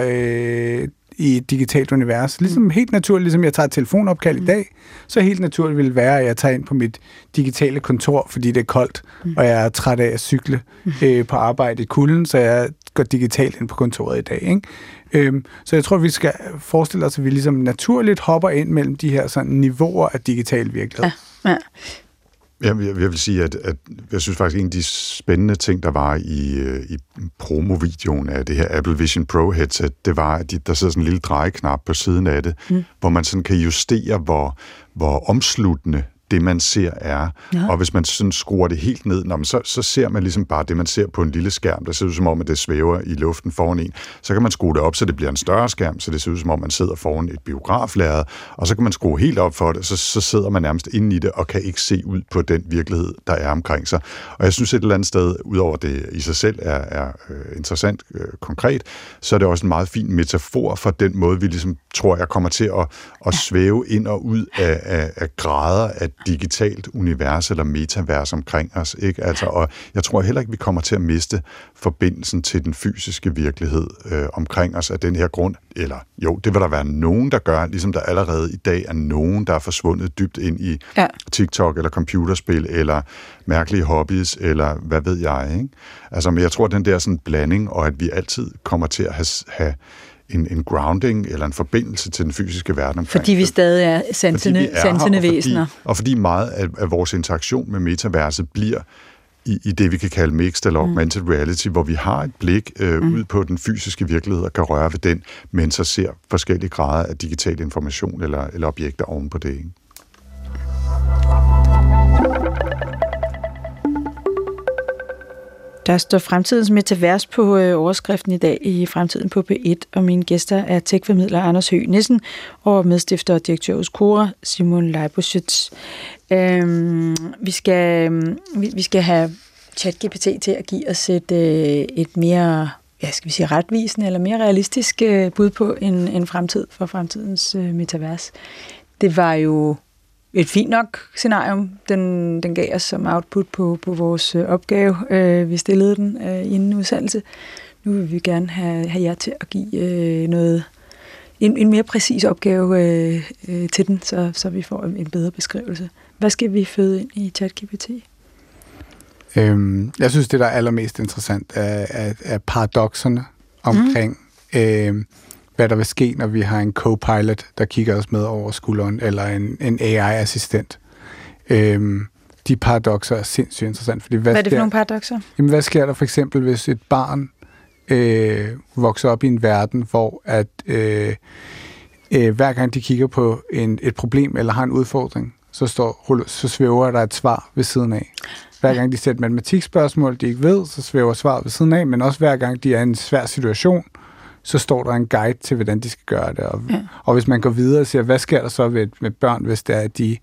i et digitalt univers. Ligesom helt naturligt, ligesom jeg tager et telefonopkald i dag, så helt naturligt vil det være, at jeg tager ind på mit digitale kontor, fordi det er koldt, og jeg er træt af at cykle på arbejde i kulden, så jeg går digitalt ind på kontoret i dag, ikke? Så jeg tror, vi skal forestille os, at vi ligesom naturligt hopper ind mellem de her sådan niveauer af digital virkelighed. Ja. Jeg vil sige, at jeg synes faktisk, en af de spændende ting, der var i promovideoen af det her Apple Vision Pro headset, det var, at der sidder sådan en lille drejeknap på siden af det, hvor man sådan kan justere, hvor omsluttende det, man ser, er. Ja. Og hvis man sådan skruer det helt ned, så ser man ligesom bare det, man ser på en lille skærm, der ser ud som om, at det svæver i luften foran en. Så kan man skrue det op, så det bliver en større skærm, så det ser ud som om, man sidder foran et biograflærred, og så kan man skrue helt op for det, så sidder man nærmest inde i det, og kan ikke se ud på den virkelighed, der er omkring sig. Og jeg synes et eller andet sted, udover det i sig selv er interessant konkret, så er det også en meget fin metafor for den måde, vi ligesom, tror jeg, kommer til at svæve ind og ud af grader af digitalt univers eller metavers omkring os, ikke? Altså, og jeg tror heller ikke, vi kommer til at miste forbindelsen til den fysiske virkelighed omkring os af den her grund. Eller jo, det vil der være nogen, der gør, ligesom der allerede i dag er nogen, der er forsvundet dybt ind i TikTok eller computerspil eller mærkelige hobbies eller hvad ved jeg, ikke? Altså, men jeg tror, den der sådan blanding, og at vi altid kommer til at have en grounding eller en forbindelse til den fysiske verden omkring. Fordi vi stadig er sansende væsener. Og fordi meget af vores interaktion med metaverset bliver i det, vi kan kalde mixed eller augmented reality, hvor vi har et blik ud på den fysiske virkelighed og kan røre ved den, men så ser forskellige grader af digital information eller objekter oven på det, ikke? Der står Fremtidens Metavers på overskriften i dag i Fremtiden på P1, og mine gæster er tech-formidler Anders Høgh Nissen og medstifter og direktør hos Quora, Simon Leiboschütz. Vi skal have ChatGPT til at give os et mere, retvisende eller mere realistisk bud på en fremtid for fremtidens metavers. Det var jo et fint nok scenarium, den gav os som output på vores opgave. Vi stillede den inden udsendelse. Nu vil vi gerne have jer til at give en mere præcis opgave til den, så vi får en bedre beskrivelse. Hvad skal vi føde ind i ChatGPT? Jeg synes, det der er allermest interessant er paradokserne omkring hvad der vil ske, når vi har en co-pilot, der kigger os med over skulderen, eller en AI-assistent. De paradokser er sindssygt interessant. Fordi hvad er det for nogle paradokser? Jamen, hvad sker der for eksempel, hvis et barn vokser op i en verden, hvor at hver gang de kigger på et problem eller har en udfordring, så svæver der et svar ved siden af. Hver gang de sætter matematikspørgsmål, de ikke ved, så svæver svaret ved siden af, men også hver gang de er i en svær situation, så står der en guide til, hvordan de skal gøre det. Og hvis man går videre og siger, hvad sker der så med børn, hvis det er, at de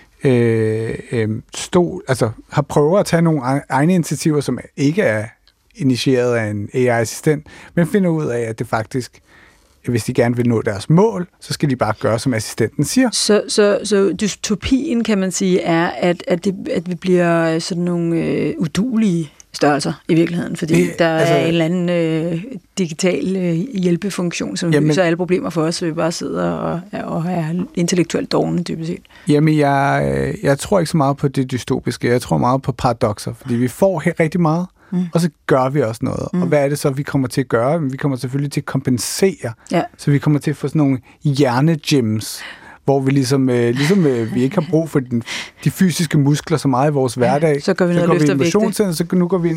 har prøvet at tage nogle egne initiativer, som ikke er initieret af en AI-assistent, men finder ud af, at det faktisk, hvis de gerne vil nå deres mål, så skal de bare gøre, som assistenten siger. Så dystopien, kan man sige, er, at vi bliver sådan nogle udulige størrelser i virkeligheden, fordi der er en eller anden digital hjælpefunktion, som løser alle problemer for os, så vi bare sidder og er intellektuelt dovne, dybest set. Jamen, jeg tror ikke så meget på det dystopiske. Jeg tror meget på paradoxer, fordi vi får rigtig meget, og så gør vi også noget. Og hvad er det så, vi kommer til at gøre? Vi kommer selvfølgelig til at kompensere, så vi kommer til at få sådan nogle hjernegems, hvor vi ligesom vi ikke har brug for de fysiske muskler så meget i vores hverdag. Så går vi ned og løfter vægte. Så nu går vi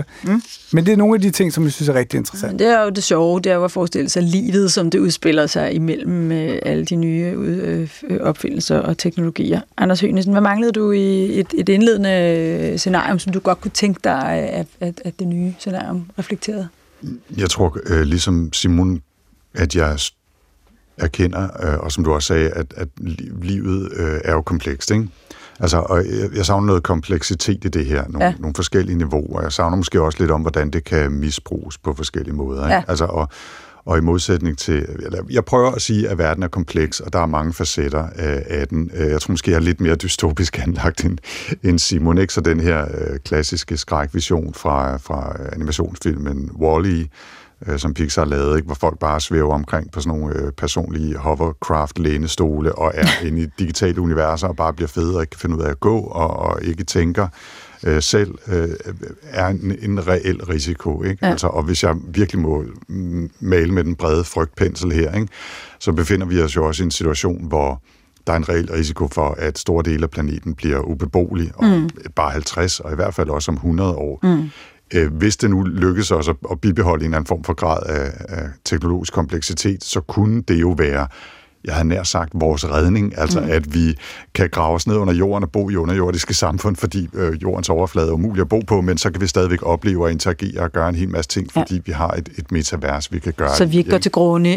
men det er nogle af de ting, som jeg synes er rigtig interessant. Det er jo det sjove, det er jo at forestille sig livet, som det udspiller sig imellem alle de nye opfindelser og teknologier. Anders Høgensen, hvad manglede du i et indledende scenarium, som du godt kunne tænke dig, at det nye scenarium reflekterede? Jeg tror, ligesom Simon, at jeg erkender, og som du også sagde, at livet er jo komplekst, ikke? Altså, og jeg savner noget kompleksitet i det her, nogle forskellige niveauer. Jeg savner måske også lidt om, hvordan det kan misbruges på forskellige måder, ikke? Altså, og i modsætning til, jeg prøver at sige, at verden er kompleks, og der er mange facetter af den. Jeg tror måske, jeg er lidt mere dystopisk anlagt end Simon, ikke? Så den her klassiske skrækvision fra animationsfilmen Wall-E, som Pixar lavede, ikke? Hvor folk bare svæver omkring på sådan nogle personlige hovercraft-lænestole og er inde i digitale universer og bare bliver fede og ikke kan finde ud af at gå og ikke tænker selv, er en reel risiko. Ikke? Altså, og hvis jeg virkelig må male med den brede frygtpensel her, ikke? Så befinder vi os jo også i en situation, hvor der er en reel risiko for, at store dele af planeten bliver ubeboelig om bare 50, og i hvert fald også om 100 år. Hvis det nu lykkes os at bibeholde en eller anden form for grad af teknologisk kompleksitet, så kunne det jo være, jeg havde nær sagt, vores redning, altså at vi kan grave os ned under jorden og bo i underjordiske samfund, fordi jordens overflade er umulig at bo på, men så kan vi stadigvæk opleve og interagere og gøre en hel masse ting, fordi vi har et metavers, vi kan gøre. Så vi ikke går til grunde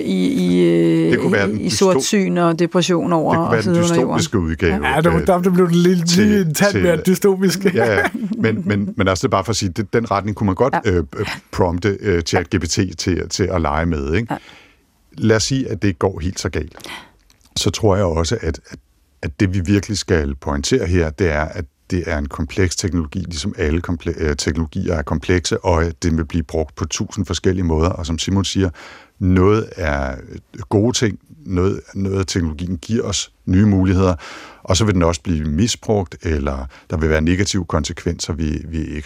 i sortsyn og depression over og sidde under jorden. Det kunne være den dystopiske udgave. Ja, der blev det lidt en tand mere dystopiske. Ja, men altså det er bare for at sige, den retning kunne man godt prompte ChatGPT til at lege med, ikke? Ja. Lad os sige, at det ikke går helt så galt. Så tror jeg også, at det vi virkelig skal pointere her, det er, at det er en kompleks teknologi, ligesom alle teknologier er komplekse, og det vil blive brugt på 1000 forskellige måder. Og som Simon siger, noget er gode ting, noget af teknologien giver os nye muligheder, og så vil den også blive misbrugt, eller der vil være negative konsekvenser, vi ikke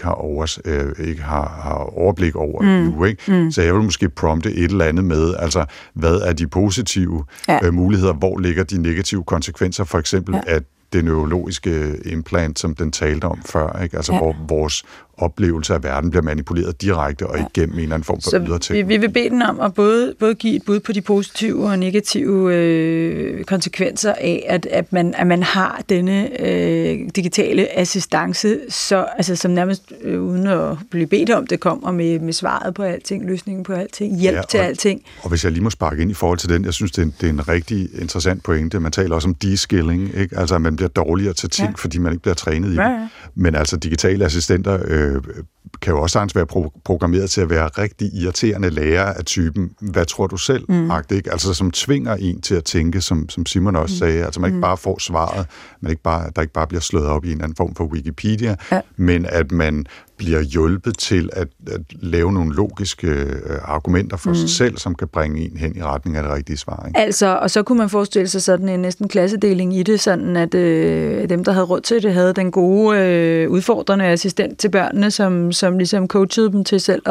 har overblik over nu. Ikke? Så jeg vil måske prompte et eller andet med, altså hvad er de positive muligheder, hvor ligger de negative konsekvenser, for eksempel at det neurologiske implant, som den talte om før, ikke? Altså hvor vores oplevelse af verden bliver manipuleret direkte og igennem en eller anden form for ydre teknologi. Vi vil bede den om at både give et bud på de positive og negative konsekvenser af, at man har denne digitale assistance, som nærmest uden at blive bedt om, det kommer med svaret på alting, løsningen på alting, hjælp til alting. Og hvis jeg lige må sparke ind i forhold til den, jeg synes, det er en rigtig interessant pointe. Man taler også om de-skilling, ikke? Altså at man bliver dårligere til ting, fordi man ikke bliver trænet i det. Men altså digitale assistenter kan jo også sagtens være programmeret til at være rigtig irriterende lærer af typen, hvad tror du selv? Ikke? Altså som tvinger en til at tænke, som Simon også sagde, altså man ikke bare får svaret, der ikke bare bliver slået op i en eller anden form for Wikipedia, men at man bliver hjulpet til at lave nogle logiske argumenter for sig selv, som kan bringe en hen i retning af det rigtige svar. Ikke? Altså, og så kunne man forestille sig sådan en næsten klassedeling i det, sådan at dem, der havde råd til det, havde den gode udfordrende assistent til børnene, som ligesom coachede dem til selv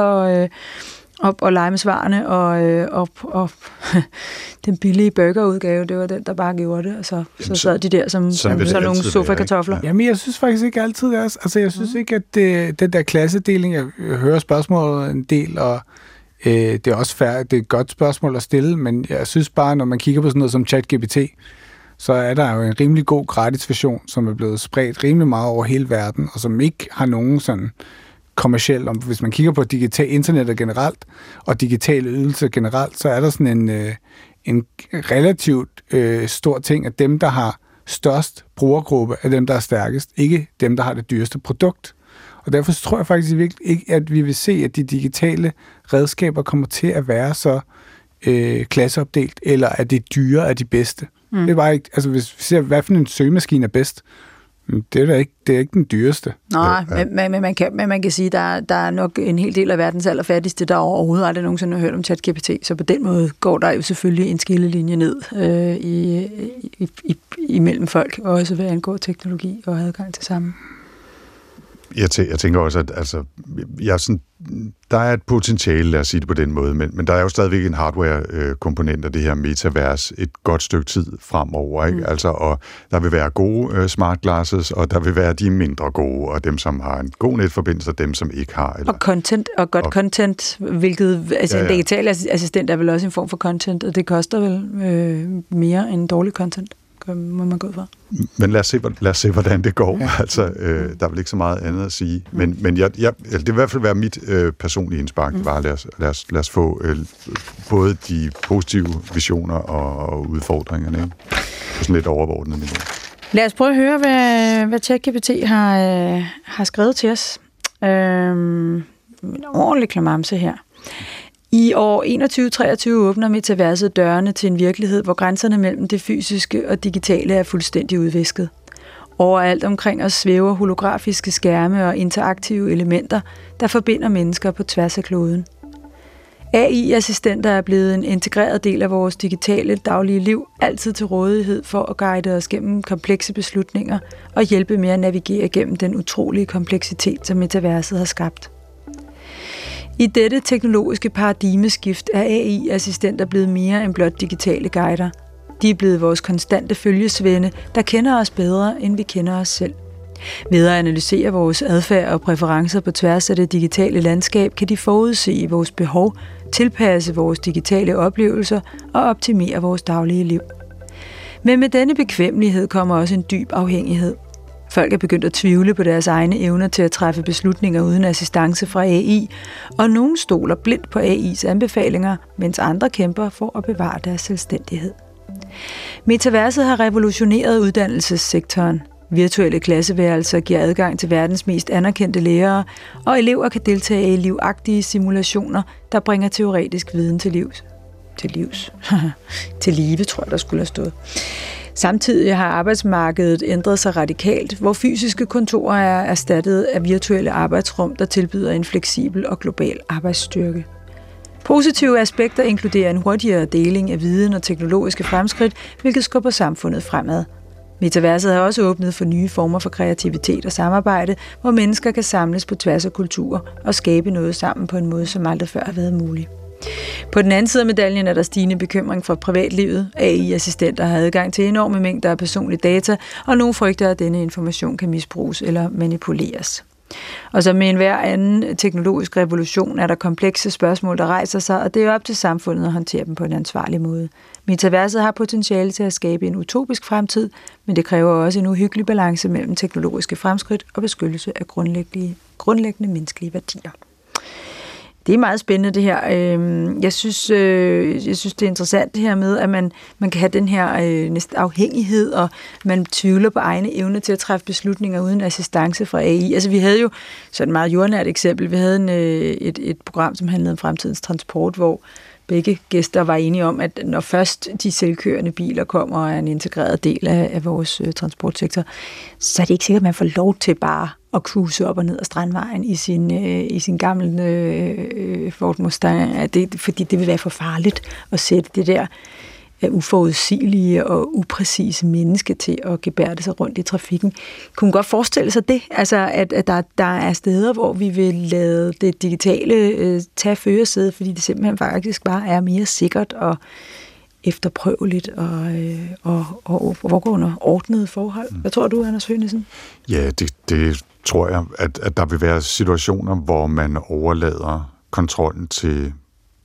og lege med svarene, og den billige burgerudgave, det var den, der bare gjorde det, og så sad de der som nogle sofa-kartofler. Jamen, jeg synes faktisk ikke altid, altså jeg synes ikke, at den der klassedeling, jeg hører spørgsmålet en del, og Det er også fair, det er et godt spørgsmål at stille, men jeg synes bare, når man kigger på sådan noget som ChatGPT, så er der jo en rimelig god gratis version, som er blevet spredt rimelig meget over hele verden, og som ikke har nogen sådan kommerciel, hvis man kigger på digital internet generelt, og digitale ydelser generelt, så er der sådan en relativt stor ting, at dem, der har størst brugergruppe, er dem, der er stærkest, ikke dem, der har det dyreste produkt. Og derfor tror jeg faktisk virkelig ikke, at vi vil se, at de digitale redskaber kommer til at være så klasseopdelt, eller at det dyre er de bedste. Det er bare ikke, altså hvis vi ser, hvad for en søgemaskine er bedst, det er ikke den dyreste. Nej, men man kan sige, at der er nok en hel del af verdens allerfattigste, der overhovedet aldrig nogensinde har hørt om ChatGPT, så på den måde går der jo selvfølgelig en skillelinje ned imellem folk, også hvad angår teknologi og adgang til sammen. Jeg tænker også, at altså, der er et potentiale, lad os sige det på den måde, men der er jo stadigvæk en hardware-komponent af det her metavers et godt stykke tid fremover, ikke? Altså, og der vil være gode smart glasses, og der vil være de mindre gode, og dem, som har en god netforbindelse, og dem, som ikke har. Eller, og content, og godt content, hvilket, altså en digital assistent er vel også en form for content, og det koster vel mere end dårlig content, må man gå fra. Men lad os se, hvordan det går. Ja. Altså, der er vel ikke så meget andet at sige. Men det vil i hvert fald være mit personlige indspark. Bare lad os få både de positive visioner og udfordringerne, ikke? På sådan lidt overordnet niveau. Lad os prøve at høre, hvad ChatGPT har skrevet til os. En ordentlig klamamse her. I år 2021-2023 åbner metaverset dørene til en virkelighed, hvor grænserne mellem det fysiske og digitale er fuldstændig udvisket. Overalt omkring os svæver holografiske skærme og interaktive elementer, der forbinder mennesker på tværs af kloden. AI-assistenter er blevet en integreret del af vores digitale daglige liv, altid til rådighed for at guide os gennem komplekse beslutninger og hjælpe med at navigere gennem den utrolige kompleksitet, som metaverset har skabt. I dette teknologiske paradigmeskift er AI-assistenter blevet mere end blot digitale guider. De er blevet vores konstante følgesvende, der kender os bedre, end vi kender os selv. Ved at analysere vores adfærd og præferencer på tværs af det digitale landskab, kan de forudse vores behov, tilpasse vores digitale oplevelser og optimere vores daglige liv. Men med denne bekvemmelighed kommer også en dyb afhængighed. Folk er begyndt at tvivle på deres egne evner til at træffe beslutninger uden assistance fra AI, og nogen stoler blindt på AI's anbefalinger, mens andre kæmper for at bevare deres selvstændighed. Metaverset har revolutioneret uddannelsessektoren. Virtuelle klasseværelser giver adgang til verdens mest anerkendte lærere, og elever kan deltage i livagtige simulationer, der bringer teoretisk viden til livs. Til live, tror jeg, der skulle have stået. Samtidig har arbejdsmarkedet ændret sig radikalt, hvor fysiske kontorer er erstattet af virtuelle arbejdsrum, der tilbyder en fleksibel og global arbejdsstyrke. Positive aspekter inkluderer en hurtigere deling af viden og teknologiske fremskridt, hvilket skubber samfundet fremad. Metaverset har også åbnet for nye former for kreativitet og samarbejde, hvor mennesker kan samles på tværs af kulturer og skabe noget sammen på en måde, som aldrig før har været mulig. På den anden side af medaljen er der stigende bekymring for privatlivet. AI-assistenter har adgang til enorme mængder af personlige data, og nogle frygter, at denne information kan misbruges eller manipuleres. Og som med enhver anden teknologisk revolution er der komplekse spørgsmål, der rejser sig, og det er op til samfundet at håndtere dem på en ansvarlig måde. Metaverset har potentiale til at skabe en utopisk fremtid, men det kræver også en uhyggelig balance mellem teknologiske fremskridt og beskyttelse af grundlæggende menneskelige værdier. Det er meget spændende det her. Jeg synes det er interessant det her med, at man kan have den her næsten afhængighed, og man tvivler på egne evner til at træffe beslutninger uden assistance fra AI. Altså vi havde jo sådan et meget jordnært eksempel. Vi havde et program, som handlede om fremtidens transport, hvor begge gæster var enige om, at når først de selvkørende biler kommer og er en integreret del af vores transportsektor, så er det ikke sikkert, at man får lov til bare at cruise op og ned ad Strandvejen i sin gamle Ford Mustang, fordi det vil være for farligt at sætte det der uforudsigelige og upræcise menneske til at gebærde sig rundt i trafikken. Kunne man godt forestille sig det? Altså, at der er steder, hvor vi vil lade det digitale tage førersædet, fordi det simpelthen faktisk bare er mere sikkert og efterprøveligt og foregår under ordnede forhold. Hvad tror du, Anders Hønesen? Ja, det tror jeg, at der vil være situationer, hvor man overlader kontrollen til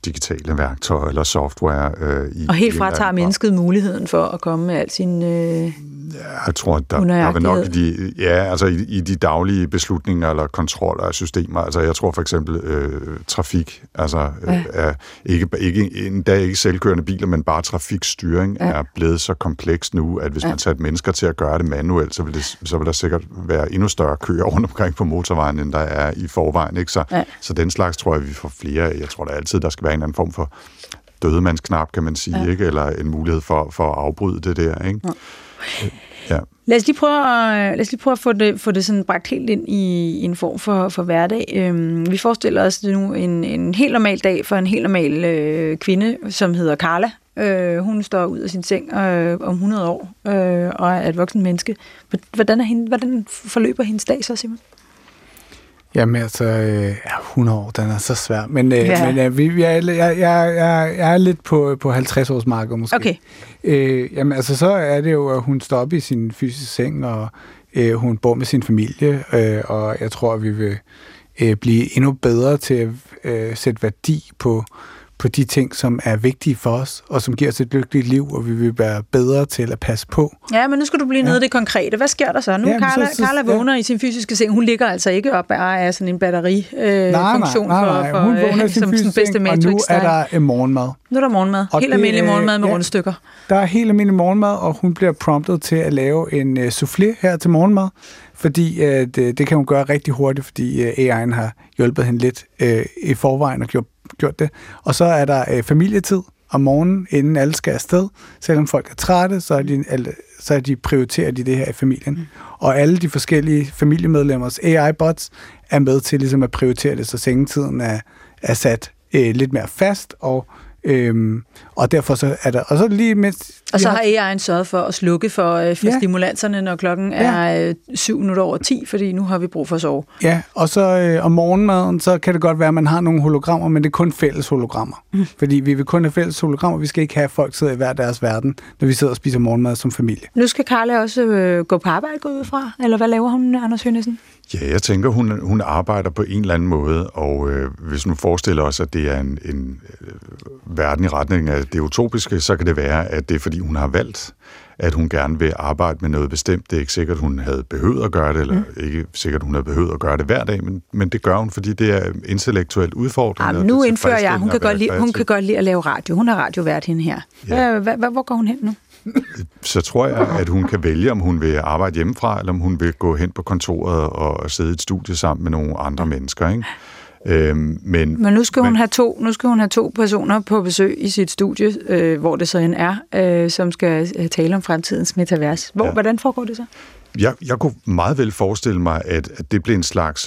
digitale værktøjer eller software. Og helt fra tager mennesket muligheden for at komme med al sin jeg tror, der vil nok i de daglige beslutninger eller kontroller af systemer. Altså, jeg tror for eksempel trafik, er ikke selvkørende biler, men bare trafikstyring er blevet så kompleks nu, at hvis man satte mennesker til at gøre det manuelt, så vil der sikkert være endnu større køer rundt omkring på motorvejen, end der er i forvejen. Ikke? Så den slags tror jeg, vi får flere. Jeg tror da altid, der skal være en anden form for dødemandsknap, kan man sige, ikke? Eller en mulighed for at afbryde det der, ikke? Ja. Lad os lige prøve at få det sådan bragt helt ind i en form for hverdag. Vi forestiller os nu en helt normal dag for en helt normal kvinde, som hedder Carla. Hun står ud af sin seng om 100 år og er et voksen menneske. Hvordan forløber hendes dag så, Simon? Jamen altså, 100 år, den er så svær. Men jeg er lidt på 50-årsmarkedet måske. Okay. Jamen altså, så er det jo, at hun står op i sin fysiske seng, og hun bor med sin familie, og jeg tror, at vi vil blive endnu bedre til at sætte værdi på de ting, som er vigtige for os, og som giver os et lykkeligt liv, og vi vil være bedre til at passe på. Ja, men nu skal du blive nede i det konkrete. Hvad sker der så? Nu Carla vågner i sin fysiske seng. Hun ligger altså ikke op af sådan en batterifunktion nej. Hun vågner i sin fysiske seng, og nu er der morgenmad. Nu er der morgenmad. Helt almindelig morgenmad med rundstykker. Der er helt almindelig morgenmad, og hun bliver promptet til at lave en soufflé her til morgenmad, fordi det kan hun gøre rigtig hurtigt, fordi AI'en har hjulpet hende lidt i forvejen og gjort det. Og så er der familietid om morgenen, inden alle skal afsted. Selvom folk er trætte, så prioriterer de det her i familien. Og alle de forskellige familiemedlemmers AI-bots er med til ligesom at prioritere det, så sengetiden er sat lidt mere fast, og derfor så er der... Og så lige mens... Og så har AI'en sørget for at slukke for stimulanserne, når klokken er 7:10, fordi nu har vi brug for at sove. Ja, og så om morgenmaden, så kan det godt være, at man har nogle hologrammer, men det er kun fælles hologrammer. Fordi vi vil kun have fælles hologrammer, vi skal ikke have folk sidder i hver deres verden, når vi sidder og spiser morgenmad som familie. Nu skal Carla også gå på arbejde, gå ud fra, eller hvad laver hun, Anders Hønesen? Ja, jeg tænker, hun arbejder på en eller anden måde, og hvis nu forestiller os, at det er en verden i retning af det utopiske, så kan det være, at det er, fordi hun har valgt, at hun gerne vil arbejde med noget bestemt. Det er ikke sikkert, hun havde behøvet at gøre det, eller ikke sikkert, hun havde behøvet at gøre det hver dag, men det gør hun, fordi det er intellektuelt udfordrende. Ja, nu indfører jeg, hun kan godt lide at lave radio. Hun er radiovært hende her. Ja. Hvor går hun hen nu? Så tror jeg, at hun kan vælge, om hun vil arbejde hjemmefra, eller om hun vil gå hen på kontoret og sidde i et studie sammen med nogle andre mennesker, ikke? Men nu skal hun have to personer på besøg i sit studie, hvor det så end er, som skal tale om fremtidens metavers. Hvordan foregår det så? Jeg kunne meget vel forestille mig, at det blev en slags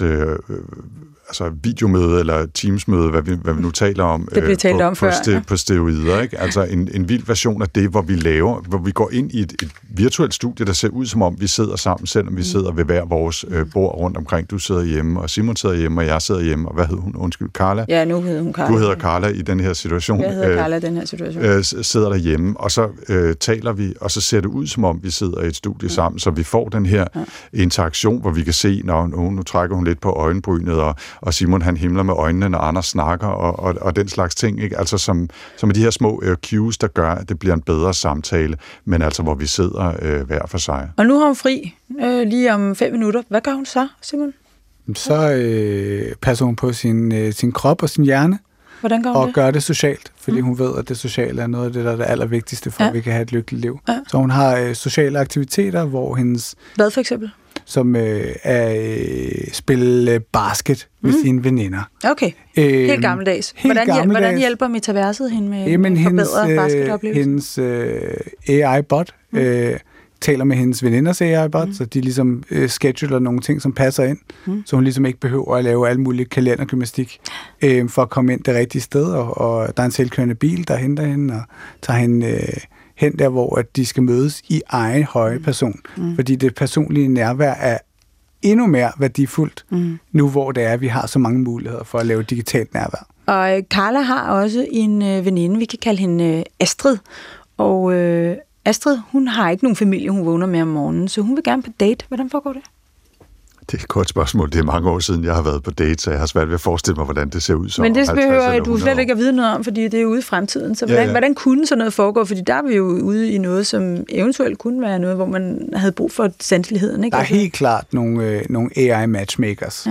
videomøde eller Teams-møde, hvad vi nu taler om, det blev talt om før, på steroider, ikke? Altså en vild version af det, hvor vi går ind i et virtuelt studie, der ser ud som om vi sidder sammen, selvom vi sidder ved hver vores bord rundt omkring. Du sidder hjemme, og Simon sidder hjemme, og jeg sidder hjemme, og hvad hed hun? Undskyld, Carla? Ja, nu hedder hun Carla. Du hedder Carla i den her situation. Jeg hedder Carla i den her situation. Sidder derhjemme, og så taler vi, og så ser det ud som om vi sidder i et studie sammen, så vi får den her interaktion, hvor vi kan se, nu trækker hun lidt på øjenbrynet, og Simon han himler med øjnene, når Anders snakker, og den slags ting, ikke? Altså som er de her små cues, der gør, at det bliver en bedre samtale, men altså hvor vi sidder hver for sig. Og nu har hun fri lige om 5 minutter. Hvad gør hun så, Simon? Så passer hun på sin krop og sin hjerne. Hvordan gør hun og gør det socialt, fordi hun ved, at det sociale er noget af det, der er det allervigtigste for, at vi kan have et lykkeligt liv. Ja. Så hun har sociale aktiviteter, hvor hendes... Hvad for eksempel? Som er spille basket med sine veninder. Okay, helt gammeldags. Hvordan hjælper metaverset hende med at forbedre basketoplevelsen? Hendes AI-bot taler med hendes veninders AI-bot, så de ligesom scheduler nogle ting, som passer ind, så hun ligesom ikke behøver at lave alle mulige kalendergymnastik for at komme ind det rigtige sted, og der er en selvkørende bil, der henter hende og tager hende hen der, hvor at de skal mødes i egen høje person. Fordi det personlige nærvær er endnu mere værdifuldt, nu hvor det er, at vi har så mange muligheder for at lave digitalt nærvær. Og Carla har også en veninde, vi kan kalde hende Astrid, og Astrid, hun har ikke nogen familie, hun vågner med om morgenen, så hun vil gerne på date. Hvordan foregår det? Det er et godt spørgsmål. Det er mange år siden, jeg har været på date, så jeg har svært ved at forestille mig, hvordan det ser ud. Men det behøver du slet ikke at vide noget om, fordi det er ude i fremtiden. Så hvordan kunne sådan noget foregå? Fordi der er vi jo ude i noget, som eventuelt kunne være noget, hvor man havde brug for sanseligheden. Ikke? Der er helt klart nogle AI-matchmakers,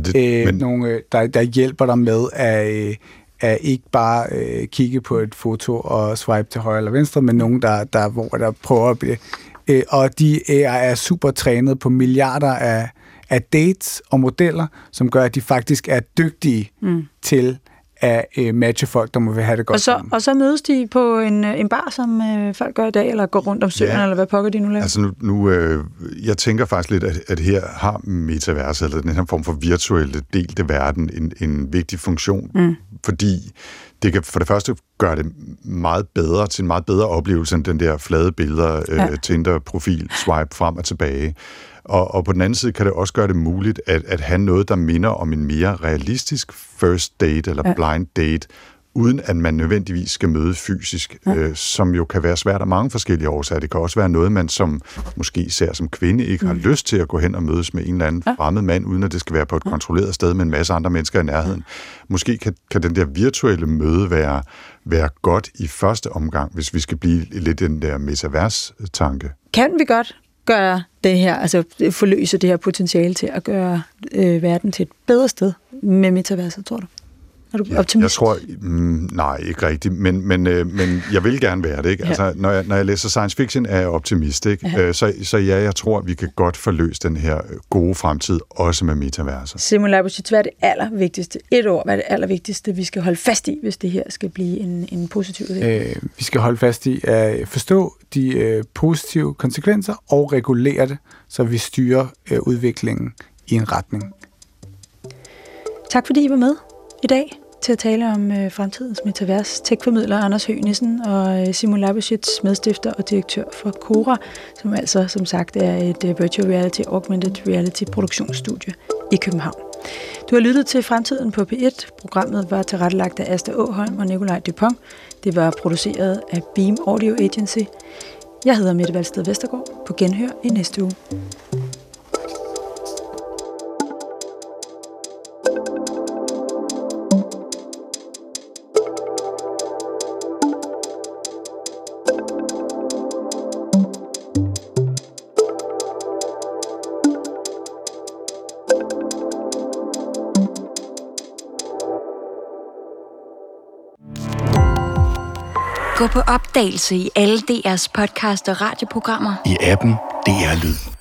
der hjælper dig med at ikke bare kigge på et foto og swipe til højre eller venstre, men nogen, der prøver at blive... Og de er super trænet på milliarder af dates og modeller, som gør, at de faktisk er dygtige til at matche folk, der må have det godt. Og så mødes de på en bar, som folk gør i dag, eller går rundt om søerne, eller hvad pokker de nu laver? Altså jeg tænker faktisk lidt, at her har metaverset, eller den her form for virtuelle delte verden, en vigtig funktion, fordi det kan for det første gøre det meget bedre, til en meget bedre oplevelse, end den der flade billeder, Tinder-profil, swipe frem og tilbage. Og på den anden side kan det også gøre det muligt at have noget, der minder om en mere realistisk first date eller blind date, uden at man nødvendigvis skal møde fysisk, som jo kan være svært af mange forskellige årsager. Det kan også være noget, man som måske især som kvinde ikke har lyst til at gå hen og mødes med en eller anden fremmed mand, uden at det skal være på et kontrolleret sted med en masse andre mennesker i nærheden. Måske kan den der virtuelle møde være godt i første omgang, hvis vi skal blive lidt den der metaverse-tanke. Kan vi godt gøre det her, altså forløse det her potentiale til at gøre verden til et bedre sted med metaverset, tror du? Er du optimist? Jeg tror, nej, ikke rigtigt, men jeg vil gerne være det, ikke? Ja. Altså, når jeg læser science fiction, er jeg optimist, ikke? Så jeg tror, at vi kan godt forløse den her gode fremtid, også med metaverser. Simon Leibovic, hvad er det allervigtigste? Et ord, hvad er det allervigtigste, vi skal holde fast i, hvis det her skal blive en positiv udvikling? Vi skal holde fast i at forstå de positive konsekvenser og regulere det, så vi styrer udviklingen i en retning. Tak fordi I var med i dag til at tale om fremtidens metavers. Tech-formidler Anders Høgh Nissen og Simon Leibovic, medstifter og direktør for Cora, som altså som sagt er et virtual reality, augmented reality produktionsstudie i København. Du har lyttet til Fremtiden på P1. Programmet var tilrettelagt af Asta Åholm og Nikolaj Dupont. Det var produceret af Beam Audio Agency. Jeg hedder Mette Valsted Vestergaard. På genhør i næste uge. Gå på opdagelse i alle DR's podcast og radioprogrammer. I appen DR Lyd.